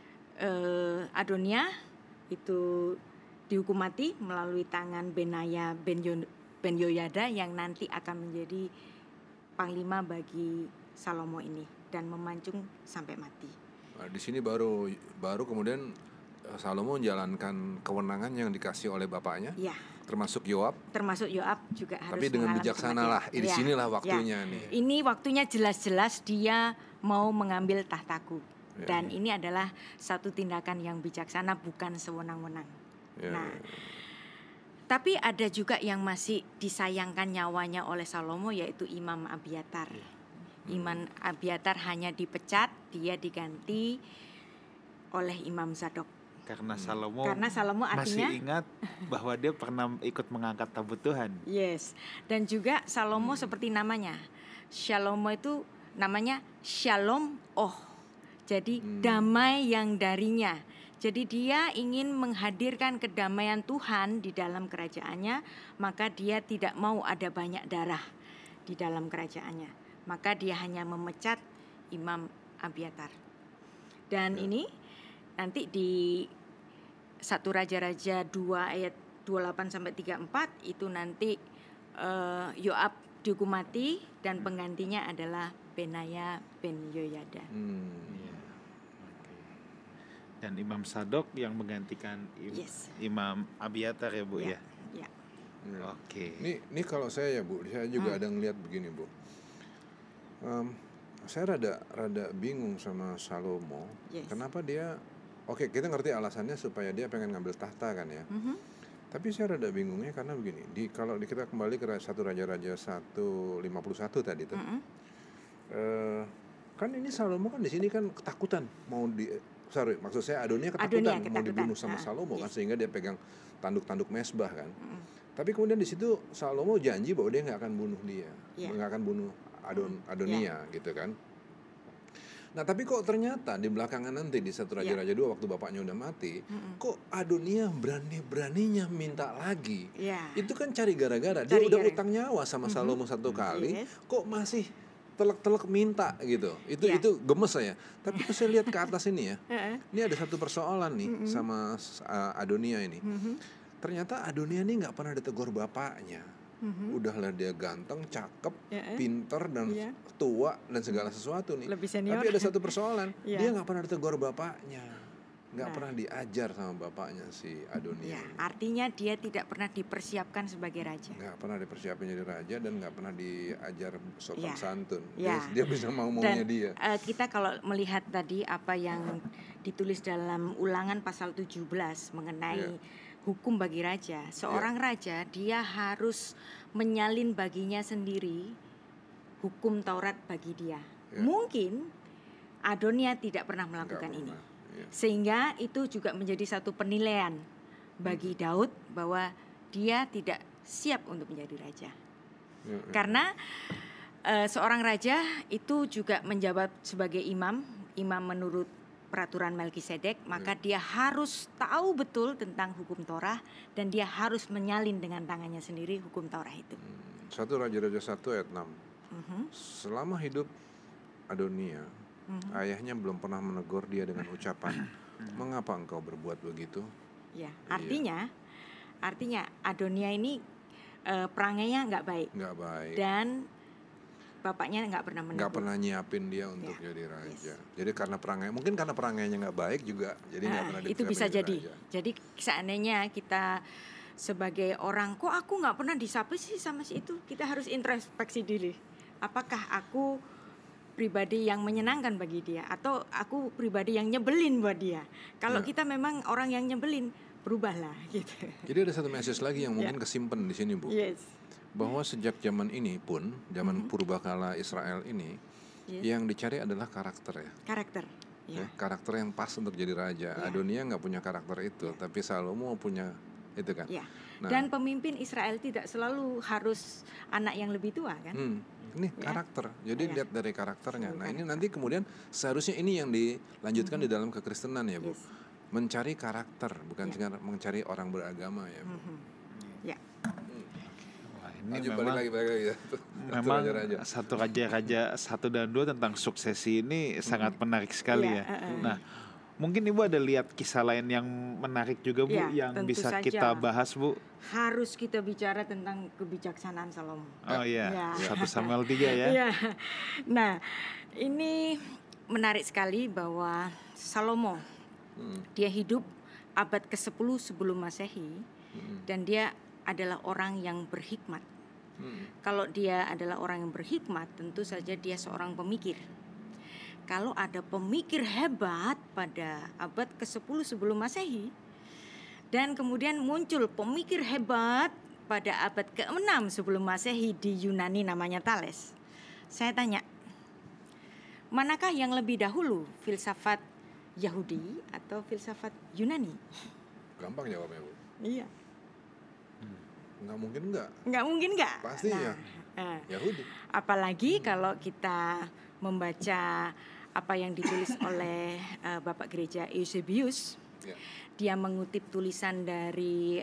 Adonia itu dihukum mati melalui tangan Benaya ben Yoyada yang nanti akan menjadi panglima bagi Salomo ini dan memancung sampai mati. Nah, di sini baru kemudian Salomo menjalankan kewenangan yang dikasih oleh bapaknya, Ya, termasuk Yoab, termasuk Yoab juga harus tapi dengan mengalami bijaksana lah. kematian. Di Ya, sinilah waktunya ya. nih. Ini waktunya jelas-jelas dia mau mengambil tahtaku. Ya. Dan ini adalah satu tindakan yang bijaksana, bukan sewenang-wenang. Ya. Nah, Tapi ada juga yang masih disayangkan nyawanya oleh Salomo, yaitu Imam Abiatar. Imam Abiatar hanya dipecat, dia diganti oleh Imam Zadok. Karena Salomo artinya masih ingat bahwa dia pernah ikut mengangkat tabut Tuhan. Yes. Dan juga Salomo seperti namanya. Salomo itu namanya Shalom Oh. Jadi damai yang darinya. Jadi dia ingin menghadirkan kedamaian Tuhan di dalam kerajaannya, maka dia tidak mau ada banyak darah di dalam kerajaannya. Maka dia hanya memecat Imam Abiatar. Dan ini nanti di 1 Raja-Raja 2 ayat 28 sampai 34 itu nanti Yoab dihukum mati dan penggantinya adalah Benaya bin Yoyada. Dan Imam Sadok yang menggantikan Imam Abiatar ya Bu ya. Ya. Oke. Ini kalau saya ya Bu, saya juga ada ngelihat begini Bu. Saya rada bingung sama Salomo. Kenapa dia? Oke, kita ngerti alasannya supaya dia pengen ngambil tahta kan ya. Tapi saya rada bingungnya karena begini. Kalau kita kembali ke 1 Raja-Raja 1:51 tadi tuh. Kan ini Salomo kan di sini kan ketakutan maksud saya Adonia ketakutan mau dibunuh sama Salomo kan, sehingga dia pegang tanduk-tanduk mesbah kan. Tapi kemudian di situ Salomo janji bahwa dia nggak akan bunuh dia, nggak akan bunuh Adonia gitu kan. Nah tapi kok ternyata di belakangan nanti di 1 Raja-Raja 2 waktu bapaknya udah mati, kok Adonia berani-beraninya minta lagi. Itu kan cari gara-gara. Dia udah utang nyawa sama Salomo 1 kali, kok masih telek-telek minta gitu. Itu gemes saya. Tapi kalau saya lihat ke atas ini ya, ini ada satu persoalan nih sama Adonia ini. Ternyata Adonia ini nggak pernah ditegur bapaknya. Udahlah dia ganteng, cakep, pinter dan tua dan segala sesuatu nih. Tapi ada satu persoalan, dia nggak pernah ditegur bapaknya, nggak pernah diajar sama bapaknya si Adonia. Artinya dia tidak pernah dipersiapkan sebagai raja. Nggak pernah dipersiapkan jadi raja dan nggak pernah diajar sopan santun. Dia bisa maunya dia. Kita kalau melihat tadi apa yang ditulis dalam Ulangan pasal 17 mengenai hukum bagi raja. Seorang raja dia harus menyalin baginya sendiri hukum Taurat bagi dia. Mungkin Adonia tidak pernah melakukan ini. Sehingga itu juga menjadi satu penilaian bagi Daud bahwa dia tidak siap untuk menjadi raja. Karena seorang raja itu juga menjabat sebagai imam menurut peraturan Melkisedek, maka dia harus tahu betul tentang hukum Torah dan dia harus menyalin dengan tangannya sendiri hukum Torah itu. 1 Raja-Raja 1 ayat 6. Selama hidup Adonia, ayahnya belum pernah menegur dia dengan ucapan, "Mengapa engkau berbuat begitu?" Ya, artinya Adonia ini perangainya nggak baik. Dan bapaknya nggak pernah menegur. Nggak pernah nyiapin dia untuk jadi raja. Jadi karena perangainya nggak baik juga, jadi nggak pernah itu bisa jadi. Raja. Jadi seandainya kita sebagai orang, kok aku nggak pernah disapa sih sama si itu, kita harus introspeksi diri. Apakah aku pribadi yang menyenangkan bagi dia atau aku pribadi yang nyebelin buat dia? Kalau kita memang orang yang nyebelin, berubahlah gitu. Jadi ada satu message lagi yang mungkin kesimpan di sini, Bu. Bahwa sejak zaman ini pun, zaman purbakala Israel ini, yang dicari adalah karakter ya. Karakter yang pas untuk jadi raja. Adonia nggak punya karakter itu, tapi Salomo punya itu kan. Nah, dan pemimpin Israel tidak selalu harus anak yang lebih tua kan. Ini karakter, jadi lihat dari karakternya. Nah ini nanti kemudian seharusnya ini yang dilanjutkan di dalam kekristenan ya Bu. Mencari karakter, bukan cuma mencari orang beragama ya Bu. Ini balik lagi ya. Memang 1 Raja-Raja 1 dan 2 tentang suksesi ini sangat menarik sekali ya. Nah, mungkin Ibu ada lihat kisah lain yang menarik juga Bu, yang bisa kita bahas Bu? Harus kita bicara tentang kebijaksanaan Salomo. Oh iya, 1 Samuel 3 ya. Nah, ini menarik sekali bahwa Salomo dia hidup abad ke-10 sebelum Masehi dan dia adalah orang yang berhikmat. Kalau dia adalah orang yang berhikmat, tentu saja dia seorang pemikir. Kalau ada pemikir hebat pada abad ke-10 sebelum Masehi, Dan kemudian muncul pemikir hebat pada abad ke-6 sebelum Masehi di Yunani namanya Thales. Saya tanya, manakah yang lebih dahulu, filsafat Yahudi atau filsafat Yunani? Gampang jawabnya, Bu. Iya. Nggak mungkin nggak. Nggak mungkin nggak? Pasti ya. Yahudi. Apalagi kalau kita membaca apa yang ditulis oleh Bapak Gereja Eusebius. Ya. Dia mengutip tulisan dari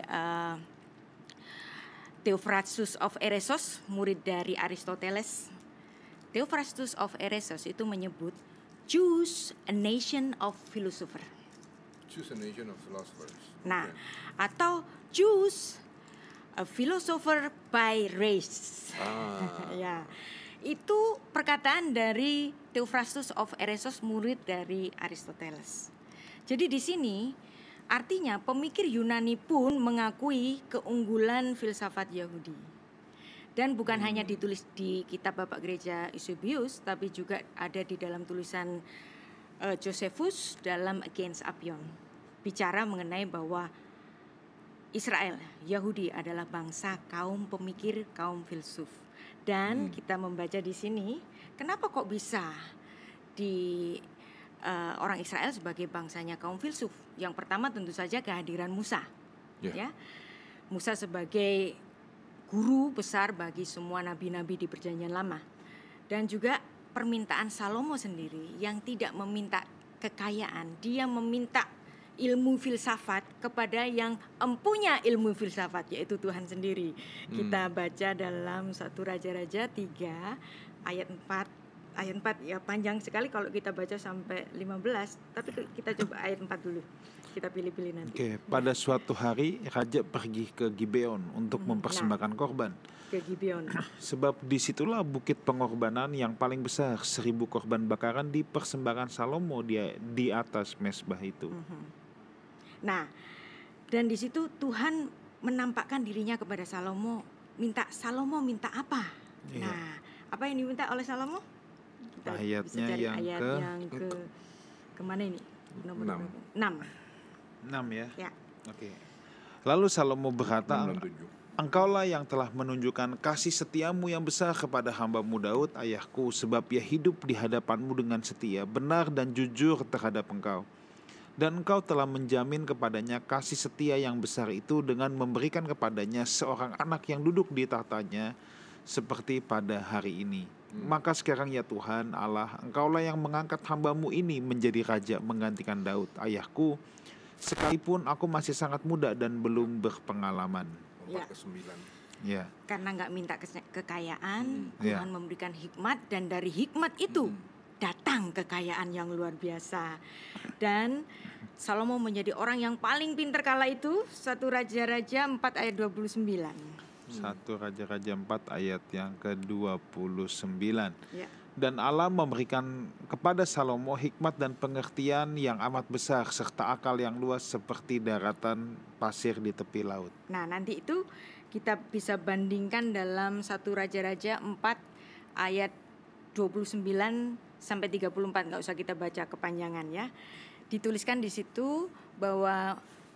Theophrastus of Eresos, murid dari Aristoteles. Theophrastus of Eresos itu menyebut choose a nation of philosopher. Choose a nation of philosophers. Nah, Oke. atau choose a philosopher by race. Ya, itu perkataan dari Theophrastus of Eresos, murid dari Aristoteles. Jadi di sini artinya pemikir Yunani pun mengakui keunggulan filsafat Yahudi. Dan bukan hanya ditulis di kitab Bapak Gereja Eusebius, tapi juga ada di dalam tulisan Josephus dalam Against Apion. Bicara mengenai bahwa Israel, Yahudi adalah bangsa, kaum pemikir, kaum filsuf. Dan kita membaca di sini, kenapa kok bisa di orang Israel sebagai bangsanya kaum filsuf? Yang pertama tentu saja kehadiran Musa. Ya. Musa sebagai guru besar bagi semua nabi-nabi di Perjanjian Lama. Dan juga permintaan Salomo sendiri yang tidak meminta kekayaan, dia meminta ilmu filsafat kepada yang empunya ilmu filsafat, yaitu Tuhan sendiri. Kita baca dalam 1 Raja-Raja 3 ayat 4. Ayat 4 ya panjang sekali kalau kita baca sampai 15, tapi kita coba ayat 4 dulu. Kita pilih-pilih nanti. Oke, pada suatu hari raja pergi ke Gibeon untuk mempersembahkan korban. Ke Gibeon. Sebab disitulah bukit pengorbanan yang paling besar, 1000 korban bakaran dipersembahkan Salomo di atas mezbah itu. Nah, dan di situ Tuhan menampakkan dirinya kepada Salomo, Salomo minta apa? Iya. Nah, apa yang diminta oleh Salomo? Kita Ayatnya bisa cari yang ayat ke- yang kemana ini? Nomor 6. 6. 6 ya. Ya. Oke. Lalu Salomo berkata, 6 dan 7. Engkaulah yang telah menunjukkan kasih setiamu yang besar kepada hambamu Daud, ayahku, sebab ia hidup di hadapanmu dengan setia, benar dan jujur terhadap engkau. Dan engkau telah menjamin kepadanya kasih setia yang besar itu dengan memberikan kepadanya seorang anak yang duduk di tahtanya seperti pada hari ini. Maka sekarang ya Tuhan Allah, engkaulah yang mengangkat hambamu ini menjadi raja menggantikan Daud, ayahku, sekalipun aku masih sangat muda dan belum berpengalaman. 4 ke 9. Ya. Karena nggak minta kekayaan, Ya. Tuhan memberikan hikmat, dan dari hikmat itu datang kekayaan yang luar biasa. Dan Salomo menjadi orang yang paling pintar kala itu. 1 Raja-Raja 4 ayat 29. 1 Raja-Raja 4 ayat yang ke-29. Ya. Dan Allah memberikan kepada Salomo hikmat dan pengertian yang amat besar serta akal yang luas seperti daratan pasir di tepi laut. Nah, nanti itu kita bisa bandingkan dalam 1 Raja-Raja 4 ayat 29 sampai 34, nggak usah kita baca kepanjangan ya. Dituliskan di situ bahwa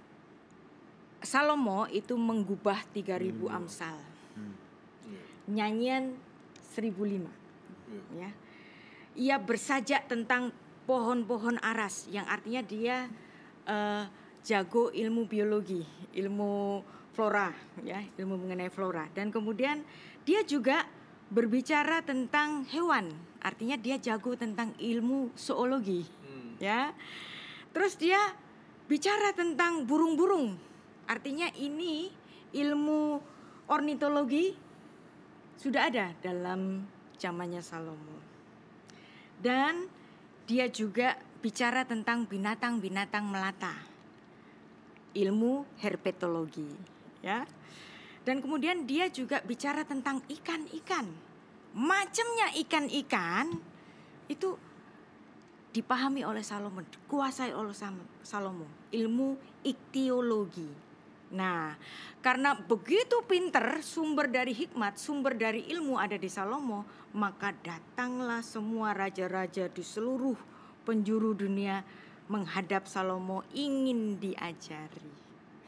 Salomo itu menggubah 3.000 amsal. Nyanyian 1.005. Ya. Ia bersajak tentang pohon-pohon aras, yang artinya dia jago ilmu biologi, ilmu flora, ya, ilmu mengenai flora. Dan kemudian dia juga berbicara tentang hewan, artinya dia jago tentang ilmu zoologi, ya. Terus dia bicara tentang burung-burung, artinya ini ilmu ornitologi sudah ada dalam zamannya Salomo. Dan dia juga bicara tentang binatang-binatang melata, ilmu herpetologi, ya. Dan kemudian dia juga bicara tentang ikan-ikan. Macamnya ikan-ikan itu dipahami oleh Salomo, dikuasai oleh Salomo, ilmu iktiologi. Nah, karena begitu pinter, sumber dari hikmat, sumber dari ilmu ada di Salomo, maka datanglah semua raja-raja di seluruh penjuru dunia menghadap Salomo ingin diajari.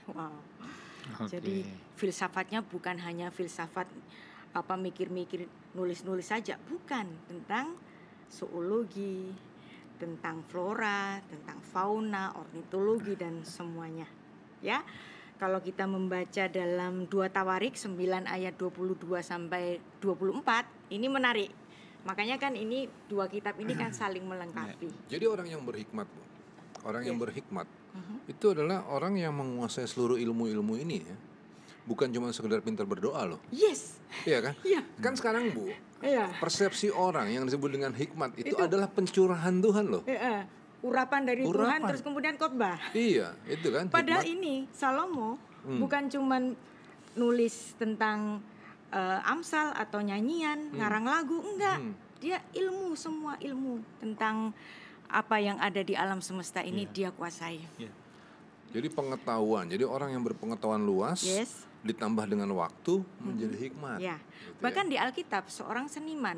Wow. Oke. Jadi filsafatnya bukan hanya filsafat mikir-mikir, nulis-nulis saja, bukan, tentang zoologi, tentang flora, tentang fauna, ornitologi dan semuanya. Ya. Kalau kita membaca dalam 2 Tawarik 9 ayat 22 sampai 24, ini menarik. Makanya kan ini 2 kitab ini kan saling melengkapi. Jadi orang yang berhikmat, Bu, orang yang berhikmat itu adalah orang yang menguasai seluruh ilmu-ilmu ini ya. Bukan cuma sekedar pintar berdoa loh. Yes. Iya kan? Iya. Kan sekarang, Bu, Iya. persepsi orang yang disebut dengan hikmat itu adalah pencurahan Tuhan loh. Urapan dari Tuhan terus kemudian khotbah. Iya, itu kan. Padahal hikmat. ini Salomo bukan cuman nulis tentang Amsal atau nyanyian, ngarang lagu, enggak. Dia ilmu, semua ilmu tentang apa yang ada di alam semesta ini dia kuasai. Jadi pengetahuan, jadi orang yang berpengetahuan luas Yes. ditambah dengan waktu menjadi hikmat. Ya. Gitu Bahkan di Alkitab seorang seniman,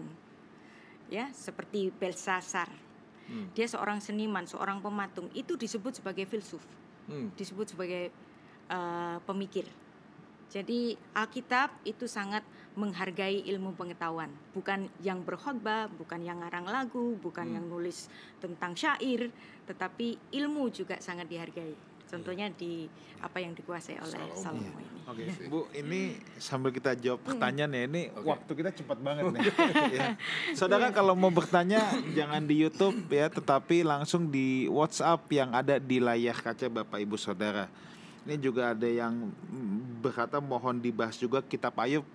ya, seperti Belsasar. Dia seorang seniman, seorang pematung, itu disebut sebagai filsuf. Disebut sebagai pemikir. Jadi Alkitab itu sangat menghargai ilmu pengetahuan, bukan yang berkhotbah, bukan yang ngarang lagu, bukan yang nulis tentang syair, tetapi ilmu juga sangat dihargai. Contohnya di apa yang dikuasai oleh Salomo ini. Oke, Bu, ini sambil kita jawab pertanyaan ya, ini waktu kita cepat banget nih. Ya. Saudara kalau mau bertanya jangan di YouTube ya, tetapi langsung di WhatsApp yang ada di layar kaca Bapak Ibu Saudara. Ini juga ada yang berkata mohon dibahas juga kitab Ayub.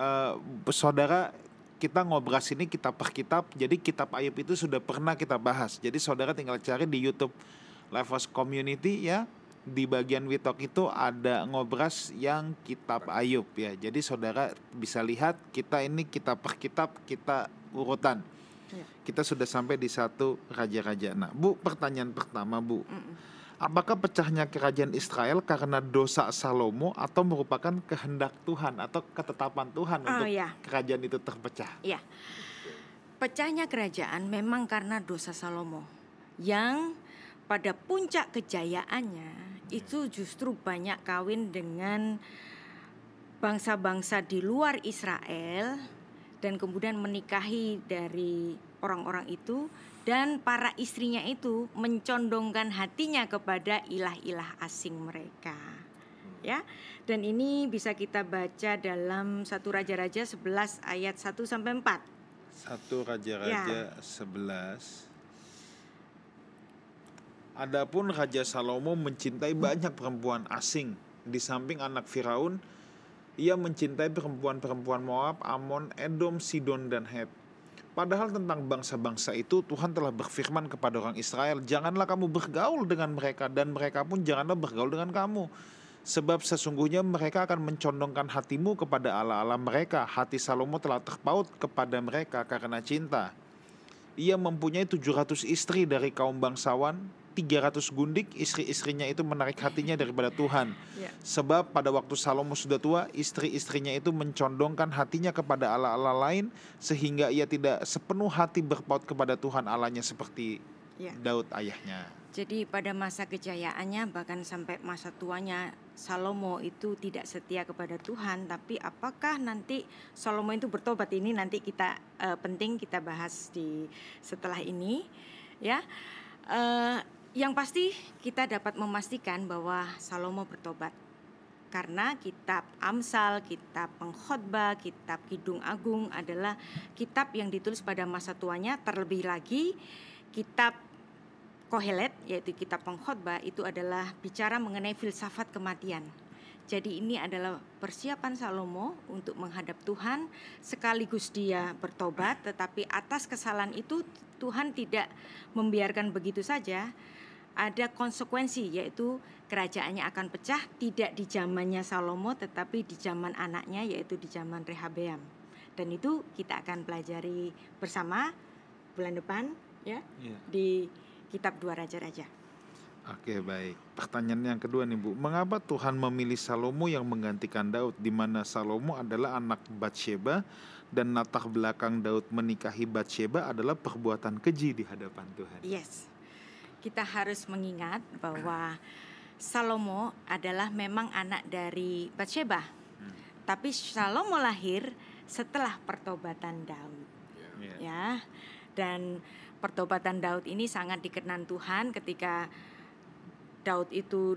Saudara, kita ngobras ini kitab per kitab, jadi kitab Ayub itu sudah pernah kita bahas. Jadi saudara tinggal cari di YouTube Lifehouse Community ya. Di bagian Witok itu ada ngobras yang kitab Ayub ya. Jadi saudara bisa lihat kita ini kitab per kitab kita urutan. Kita sudah sampai di 1 Raja-Raja. Nah, Bu, pertanyaan pertama, Bu. Apakah pecahnya kerajaan Israel karena dosa Salomo atau merupakan kehendak Tuhan atau ketetapan Tuhan untuk kerajaan itu terpecah? Iya. Pecahnya kerajaan memang karena dosa Salomo yang pada puncak kejayaannya itu justru banyak kawin dengan bangsa-bangsa di luar Israel dan kemudian menikahi dari orang-orang itu, dan para istrinya itu mencondongkan hatinya kepada ilah-ilah asing mereka. Ya. Dan ini bisa kita baca dalam 1 Raja-Raja 11 ayat 1 sampai 4. 1 Raja-Raja 11. Adapun Raja Salomo mencintai banyak perempuan asing. Di samping anak Firaun, ia mencintai perempuan-perempuan Moab, Amon, Edom, Sidon, dan Het. Padahal tentang bangsa-bangsa itu Tuhan telah berfirman kepada orang Israel, janganlah kamu bergaul dengan mereka, dan mereka pun janganlah bergaul dengan kamu. Sebab sesungguhnya mereka akan mencondongkan hatimu kepada Allah-Allah mereka. Hati Salomo telah terpaut kepada mereka karena cinta. Ia mempunyai 700 istri dari kaum bangsawan, 300 gundik, istri-istrinya itu menarik hatinya daripada Tuhan. Sebab pada waktu Salomo sudah tua, istri-istrinya itu mencondongkan hatinya kepada Allah-Allah lain, sehingga ia tidak sepenuh hati berpaut kepada Tuhan Allahnya seperti Daud ayahnya. Jadi pada masa kejayaannya bahkan sampai masa tuanya Salomo itu tidak setia kepada Tuhan. Tapi apakah nanti Salomo itu bertobat, ini nanti kita penting kita bahas di setelah ini ya. Yang pasti kita dapat memastikan bahwa Salomo bertobat karena kitab Amsal, kitab Pengkhotbah, kitab Kidung Agung adalah kitab yang ditulis pada masa tuanya. Terlebih lagi kitab Kohelet yaitu kitab Pengkhotbah itu adalah bicara mengenai filsafat kematian. Jadi ini adalah persiapan Salomo untuk menghadap Tuhan, sekaligus dia bertobat, tetapi atas kesalahan itu Tuhan tidak membiarkan begitu saja. Ada konsekuensi, yaitu kerajaannya akan pecah, tidak di zamannya Salomo tetapi di zaman anaknya, yaitu di zaman Rehabeam. Dan itu kita akan pelajari bersama bulan depan ya. Di kitab 2 Raja-Raja. Oke, baik. Pertanyaan yang kedua nih, Bu. Mengapa Tuhan memilih Salomo yang menggantikan Daud, di mana Salomo adalah anak Batsheba dan latar belakang Daud menikahi Batsheba adalah perbuatan keji di hadapan Tuhan? Yes. Kita harus mengingat bahwa Salomo adalah memang anak dari Batsheba. Tapi Salomo lahir setelah pertobatan Daud. Ya. Dan pertobatan Daud ini sangat dikenan Tuhan ketika Daud itu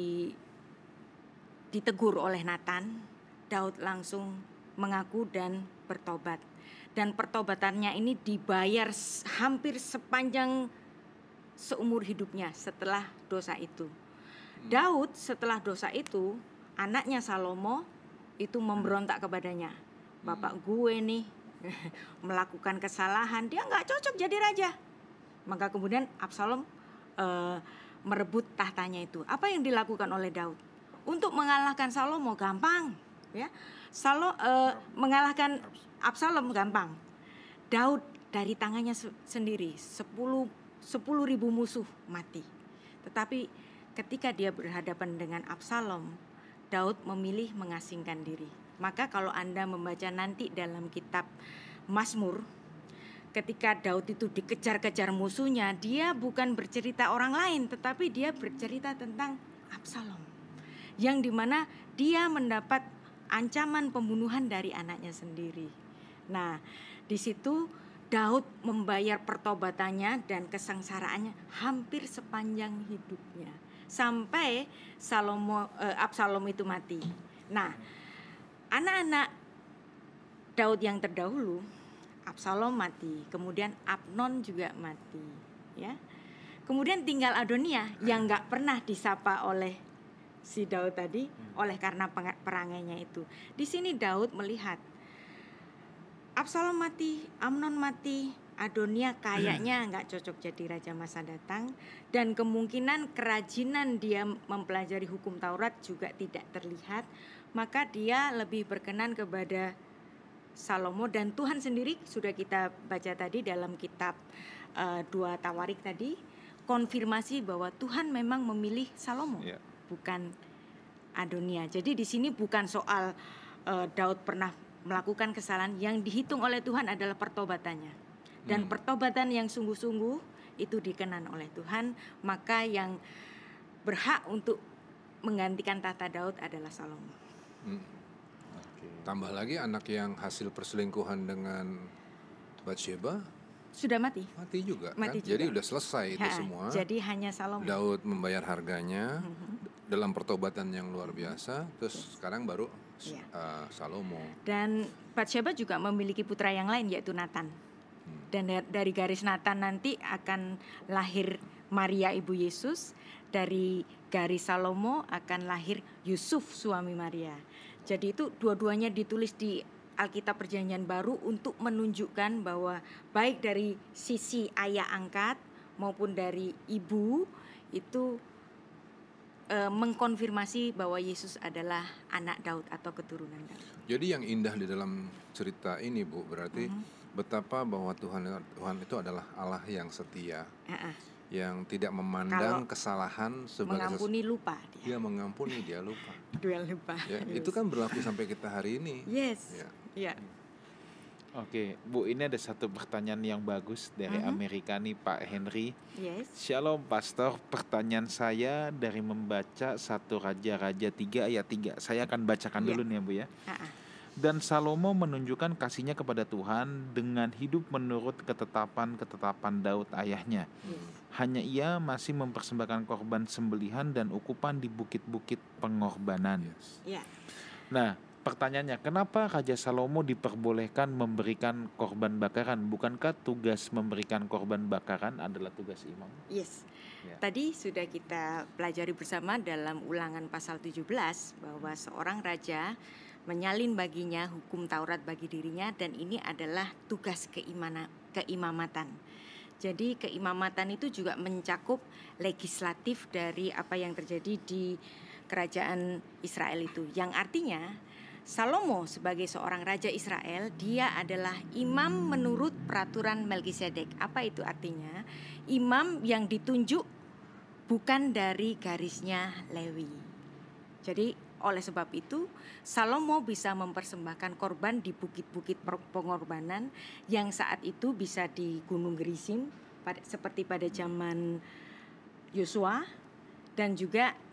ditegur oleh Nathan. Daud langsung mengaku dan bertobat. Dan pertobatannya ini dibayar hampir sepanjang seumur hidupnya setelah dosa itu. Daud setelah dosa itu, anaknya Salomo itu memberontak kepadanya. Bapak gue nih melakukan kesalahan, dia nggak cocok jadi raja. Maka kemudian Absalom merebut tahtanya itu. Apa yang dilakukan oleh Daud? Untuk mengalahkan Salomo gampang, ya. Mengalahkan Absalom gampang. Daud dari tangannya sendiri 10.000 musuh mati. Tetapi ketika dia berhadapan dengan Absalom, Daud memilih mengasingkan diri. Maka kalau Anda membaca nanti dalam kitab Mazmur, ketika Daud itu dikejar-kejar musuhnya, dia bukan bercerita orang lain, tetapi dia bercerita tentang Absalom, yang dimana dia mendapat ancaman pembunuhan dari anaknya sendiri. Nah, di situ Daud membayar pertobatannya dan kesengsaraannya hampir sepanjang hidupnya, sampai Absalom itu mati. Nah, anak-anak Daud yang terdahulu, Absalom mati, kemudian Amnon juga mati, ya. Kemudian tinggal Adonia yang nggak pernah disapa oleh si Daud tadi, oleh karena perangainya itu. Di sini Daud melihat Absalom mati, Amnon mati, Adonia kayaknya nggak cocok jadi raja masa datang, dan kemungkinan kerajinan dia mempelajari hukum Taurat juga tidak terlihat. Maka dia lebih berkenan kepada Salomo, dan Tuhan sendiri sudah kita baca tadi dalam kitab 2 Tawarik tadi, konfirmasi bahwa Tuhan memang memilih Salomo, bukan Adonia. Jadi di sini bukan soal Daud pernah melakukan kesalahan, yang dihitung oleh Tuhan adalah pertobatannya. Dan pertobatan yang sungguh-sungguh itu dikenan oleh Tuhan, maka yang berhak untuk menggantikan tahta Daud adalah Salomo. Tambah lagi anak yang hasil perselingkuhan dengan Batsheba sudah mati juga mati kan? Juga. Jadi udah selesai itu semua. Jadi hanya Salomo. Daud membayar harganya dalam pertobatan yang luar biasa. Terus sekarang baru Salomo. Dan Batsheba juga memiliki putra yang lain, yaitu Nathan. Dan dari garis Nathan nanti akan lahir Maria ibu Yesus. Dari garis Salomo akan lahir Yusuf suami Maria. Jadi itu dua-duanya ditulis di Alkitab Perjanjian Baru untuk menunjukkan bahwa baik dari sisi ayah angkat maupun dari ibu itu mengkonfirmasi bahwa Yesus adalah anak Daud atau keturunan Daud. Jadi yang indah di dalam cerita ini, Bu, berarti betapa bahwa Tuhan itu adalah Allah yang setia, yang tidak memandang kesalahan sebagai mengampuni lupa. Dia mengampuni, dia lupa. Dia lupa. Ya, itu kan berlaku sampai kita hari ini. Yes. Ya. Oke, Bu, ini ada satu pertanyaan yang bagus dari Amerika nih, Pak Henry. Yes. Shalom Pastor, pertanyaan saya dari membaca 1 Raja-Raja 3 ayat 3. Saya akan bacakan dulu nih ya, Bu ya. Dan Salomo menunjukkan kasihnya kepada Tuhan dengan hidup menurut ketetapan-ketetapan Daud ayahnya. Hanya ia masih mempersembahkan korban sembelihan dan ukupan di bukit-bukit pengorbanan. Nah, pertanyaannya, kenapa Raja Salomo diperbolehkan memberikan korban bakaran? Bukankah tugas memberikan korban bakaran adalah tugas imam? Yes. Tadi sudah kita pelajari bersama dalam Ulangan pasal 17 bahwa seorang raja menyalin baginya hukum Taurat bagi dirinya, dan ini adalah tugas keimamatan. Jadi keimamatan itu juga mencakup legislatif dari apa yang terjadi di kerajaan Israel itu, yang artinya Salomo sebagai seorang raja Israel, dia adalah imam menurut peraturan Melkisedek. Apa itu artinya? Imam yang ditunjuk bukan dari garisnya Lewi. Jadi oleh sebab itu Salomo bisa mempersembahkan korban di bukit-bukit pengorbanan yang saat itu bisa di Gunung Gerizim seperti pada zaman Yosua, dan juga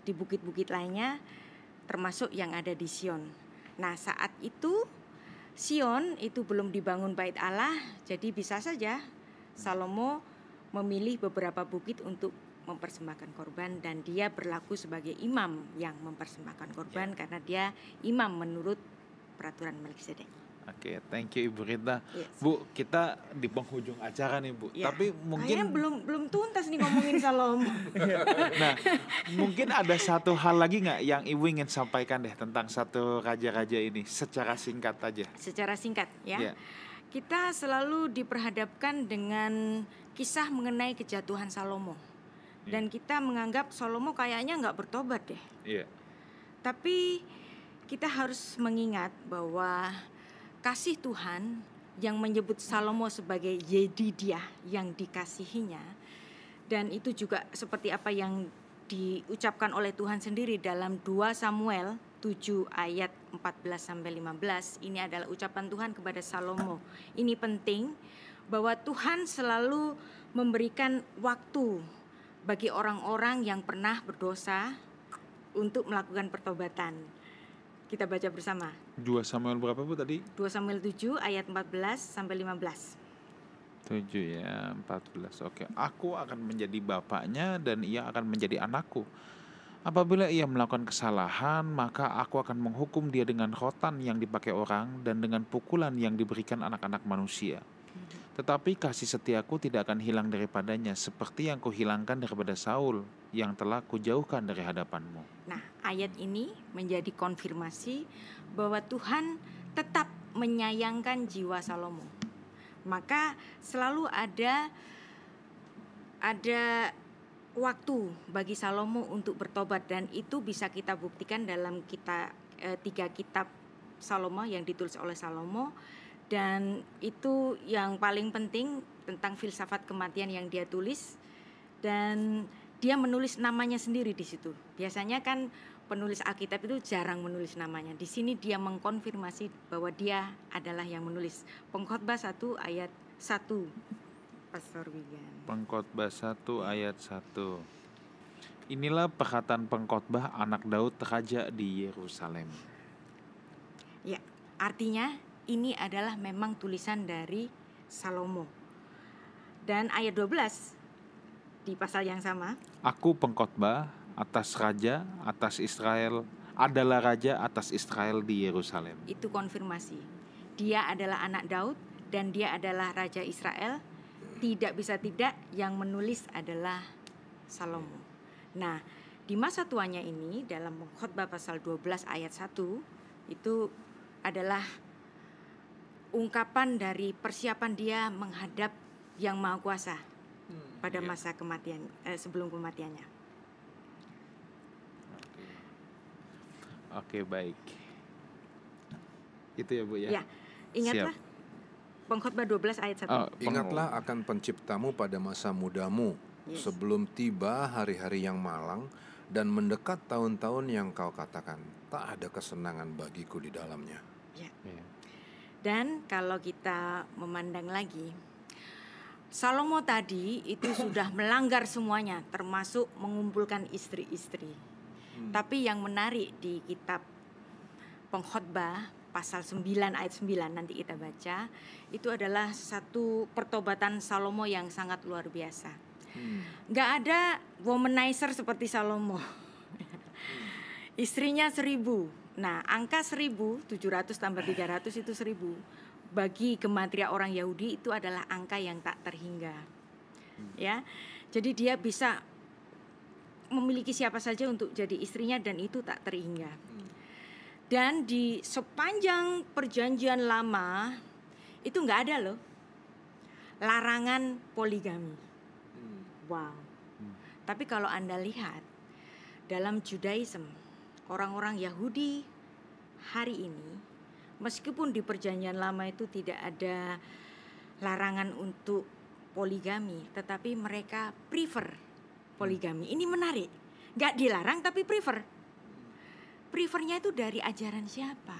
di bukit-bukit lainnya, termasuk yang ada di Sion. Nah, saat itu Sion itu belum dibangun bait Allah, jadi bisa saja Salomo memilih beberapa bukit untuk mempersembahkan korban, dan dia berlaku sebagai imam yang mempersembahkan korban karena dia imam menurut peraturan Melkisedek. Oke, thank you Ibu Rita. Yes. Bu, kita di penghujung acara nih Bu. Ya. Tapi Kayaknya mungkin belum tuntas nih ngomongin Salomo. nah, mungkin ada satu hal lagi nggak yang Ibu ingin sampaikan deh tentang satu raja-raja ini secara singkat aja. Secara singkat ya. Iya. Kita selalu diperhadapkan dengan kisah mengenai kejatuhan Salomo. Dan kita menganggap Salomo kayaknya nggak bertobat deh. Iya. Tapi kita harus mengingat bahwa kasih Tuhan yang menyebut Salomo sebagai Yedidiah yang dikasihinya, dan itu juga seperti apa yang diucapkan oleh Tuhan sendiri dalam 2 Samuel 7 ayat 14-15. Ini adalah ucapan Tuhan kepada Salomo. Ini penting bahwa Tuhan selalu memberikan waktu bagi orang-orang yang pernah berdosa untuk melakukan pertobatan. Kita baca bersama. 2 Samuel berapa Bu tadi? 2 Samuel 7 ayat 14-15. 7 ya, 14. Oke. Aku akan menjadi bapaknya dan ia akan menjadi anakku. Apabila ia melakukan kesalahan, maka aku akan menghukum dia dengan rotan yang dipakai orang dan dengan pukulan yang diberikan anak-anak manusia. Tetapi kasih setiaku tidak akan hilang daripadanya, seperti yang kuhilangkan daripada Saul, yang telah kujauhkan dari hadapanmu. Nah, ayat ini menjadi konfirmasi bahwa Tuhan tetap menyayangkan jiwa Salomo. Maka selalu ada waktu bagi Salomo untuk bertobat, dan itu bisa kita buktikan dalam 3 kitab Salomo yang ditulis oleh Salomo. Dan itu yang paling penting tentang filsafat kematian yang dia tulis, dan dia menulis namanya sendiri di situ. Biasanya kan penulis Alkitab itu jarang menulis namanya. Di sini dia mengkonfirmasi bahwa dia adalah yang menulis. Pengkhotbah 1 ayat 1. Pastor Wigan. Pengkhotbah 1 ayat 1. Inilah perkataan pengkhotbah anak Daud raja di Yerusalem. Ya, artinya ini adalah memang tulisan dari Salomo. Dan ayat 12 di pasal yang sama. Aku pengkhotbah atas raja atas Israel, adalah raja atas Israel di Yerusalem. Itu konfirmasi. Dia adalah anak Daud dan dia adalah raja Israel. Tidak bisa tidak, yang menulis adalah Salomo. Nah, di masa tuanya ini dalam Pengkhotbah pasal 12 ayat 1 itu adalah ungkapan dari persiapan dia menghadap Yang Maha Kuasa pada masa kematian, sebelum kematiannya. Oke, baik. Itu ya Bu ya. Ya, ingatlah Pengkhotbah 12 ayat 1. Ingatlah akan penciptamu pada masa mudamu, sebelum tiba hari-hari yang malang dan mendekat tahun-tahun yang kau katakan, tak ada kesenangan bagiku di dalamnya. Ya. Dan kalau kita memandang lagi, Salomo tadi itu sudah melanggar semuanya, termasuk mengumpulkan istri-istri. Tapi yang menarik di kitab Pengkhotbah pasal 9 ayat 9 nanti kita baca, itu adalah satu pertobatan Salomo yang sangat luar biasa. Gak ada womanizer seperti Salomo. Istrinya 1000. Nah, angka 1.700 tambah 300 itu 1.000. Bagi gematria orang Yahudi itu adalah angka yang tak terhingga. Ya. Jadi dia bisa memiliki siapa saja untuk jadi istrinya dan itu tak terhingga. Dan di sepanjang perjanjian lama itu nggak ada loh larangan poligami. Wow. Tapi kalau Anda lihat dalam Judaism, orang-orang Yahudi hari ini, meskipun di perjanjian lama itu tidak ada larangan untuk poligami, tetapi mereka prefer poligami. Ini menarik, nggak dilarang tapi prefer. Prefernya itu dari ajaran siapa?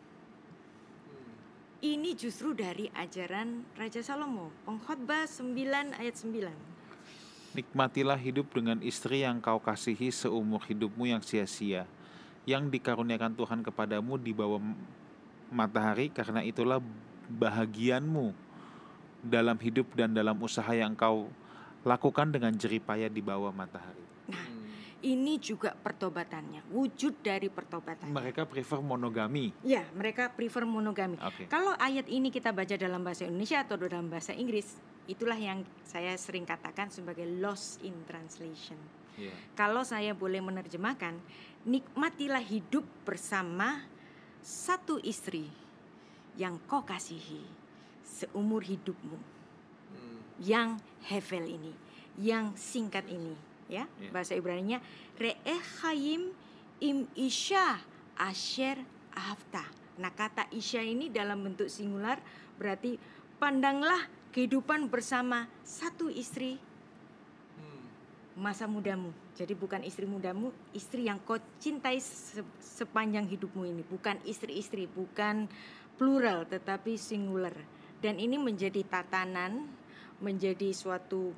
Ini justru dari ajaran Raja Salomo. Pengkhotbah 9 ayat 9. Nikmatilah hidup dengan istri yang kau kasihi seumur hidupmu yang sia-sia, yang dikaruniakan Tuhan kepadamu di bawah matahari, karena itulah bahagianmu dalam hidup dan dalam usaha yang kau lakukan dengan jerih payah di bawah matahari. Ini juga pertobatannya, wujud dari pertobatannya. Mereka prefer monogami. Ya, mereka prefer monogami. Oke. Kalau ayat ini kita baca dalam bahasa Indonesia atau dalam bahasa Inggris, itulah yang saya sering katakan sebagai lost in translation. Yeah. Kalau saya boleh menerjemahkan, nikmatilah hidup bersama satu istri yang kau kasihi seumur hidupmu. Yang hevel ini, yang singkat ini, ya, bahasa Ibraninya re'echayim im isha asher ahavta. Nah, kata isha ini dalam bentuk singular berarti pandanglah kehidupan bersama satu istri masa mudamu. Jadi bukan istri mudamu, istri yang kau cintai sepanjang hidupmu ini. Bukan istri-istri, bukan plural tetapi singular. Dan ini menjadi tatanan, menjadi suatu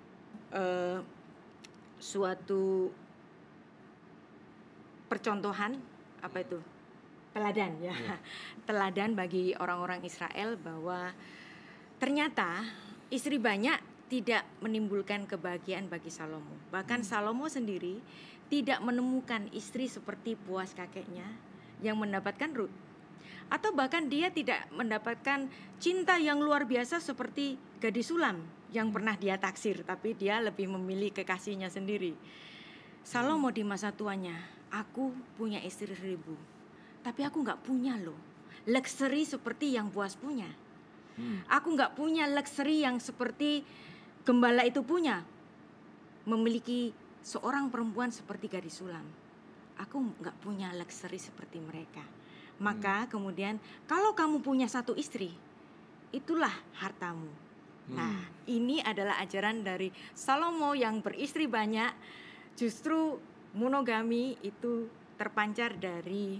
percontohan, apa itu, teladan ya, teladan bagi orang-orang Israel bahwa ternyata istri banyak tidak menimbulkan kebahagiaan bagi Salomo. Bahkan Salomo sendiri tidak menemukan istri seperti Boas kakeknya yang mendapatkan Rut, atau bahkan dia tidak mendapatkan cinta yang luar biasa seperti gadis Sulam yang pernah dia taksir, tapi dia lebih memilih kekasihnya sendiri. Salomo di masa tuanya, aku punya istri 1000, tapi aku gak punya loh luxury seperti yang Boas punya. Aku gak punya luxury yang seperti gembala itu punya, memiliki seorang perempuan seperti gadis Sulam. Aku gak punya luxury seperti mereka. Maka kemudian kalau kamu punya satu istri, itulah hartamu. Nah, ini adalah ajaran dari Salomo yang beristri banyak. Justru monogami itu terpancar dari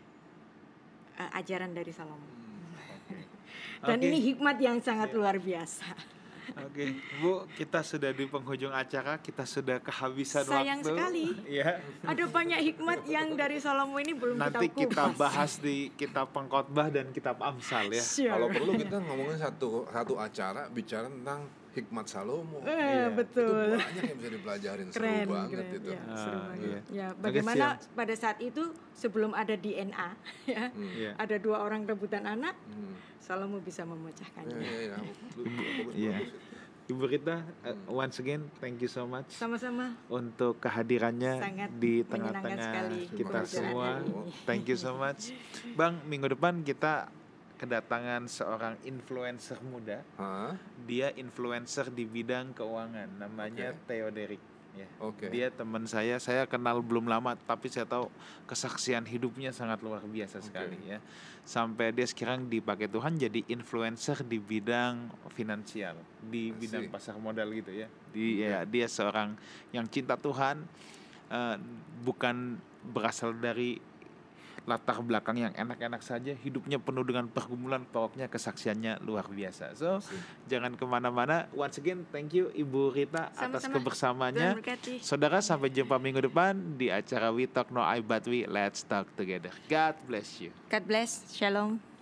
ajaran dari Salomo. Dan ini hikmat yang sangat luar biasa. Oke, Bu, kita sudah di penghujung acara, kita sudah kehabisan Sayang waktu. sekali. Ya. Ada banyak hikmat yang dari Salomo ini belum Nanti kita kita kupas. bahas di kitab Pengkhotbah dan kitab Amsal ya. Sure. Kalau perlu kita ngomongin satu acara bicara tentang hikmat Salomo. Betul. Itu banyak yang bisa dipelajarin, seru Keren, banget keren. itu. Ya, seru banget. iya. Ya, Oke, bagaimana siap. pada saat itu sebelum ada DNA, ya, Iya. ada 2 orang rebutan anak, Salomo bisa memecahkannya. Iya. Bagus. Iya. Ibu Rita, once again thank you so much Sama-sama. untuk kehadirannya Sangat di menyenangkan tengah-tengah sekali kita pembicaraan semua. hari ini. Thank you so much. Bang, minggu depan kita kedatangan seorang influencer muda. Hah? Dia influencer di bidang keuangan, namanya Theo Derek. Ya. Oke. Dia teman saya kenal belum lama, tapi saya tahu kesaksian hidupnya sangat luar biasa sekali ya. Sampai dia sekarang dipakai Tuhan jadi influencer di bidang finansial, di bidang pasar modal gitu ya. Dia seorang yang cinta Tuhan, bukan berasal dari latar belakang yang enak-enak saja, hidupnya penuh dengan pergumulan, pokoknya kesaksiannya luar biasa. So, jangan kemana-mana. Once again, thank you Ibu Rita atas Sama-sama. kebersamaannya. Tuhan berkati. Saudara, sampai jumpa minggu depan di acara We Talk No I But We Let's Talk Together. God bless you. God bless. Shalom.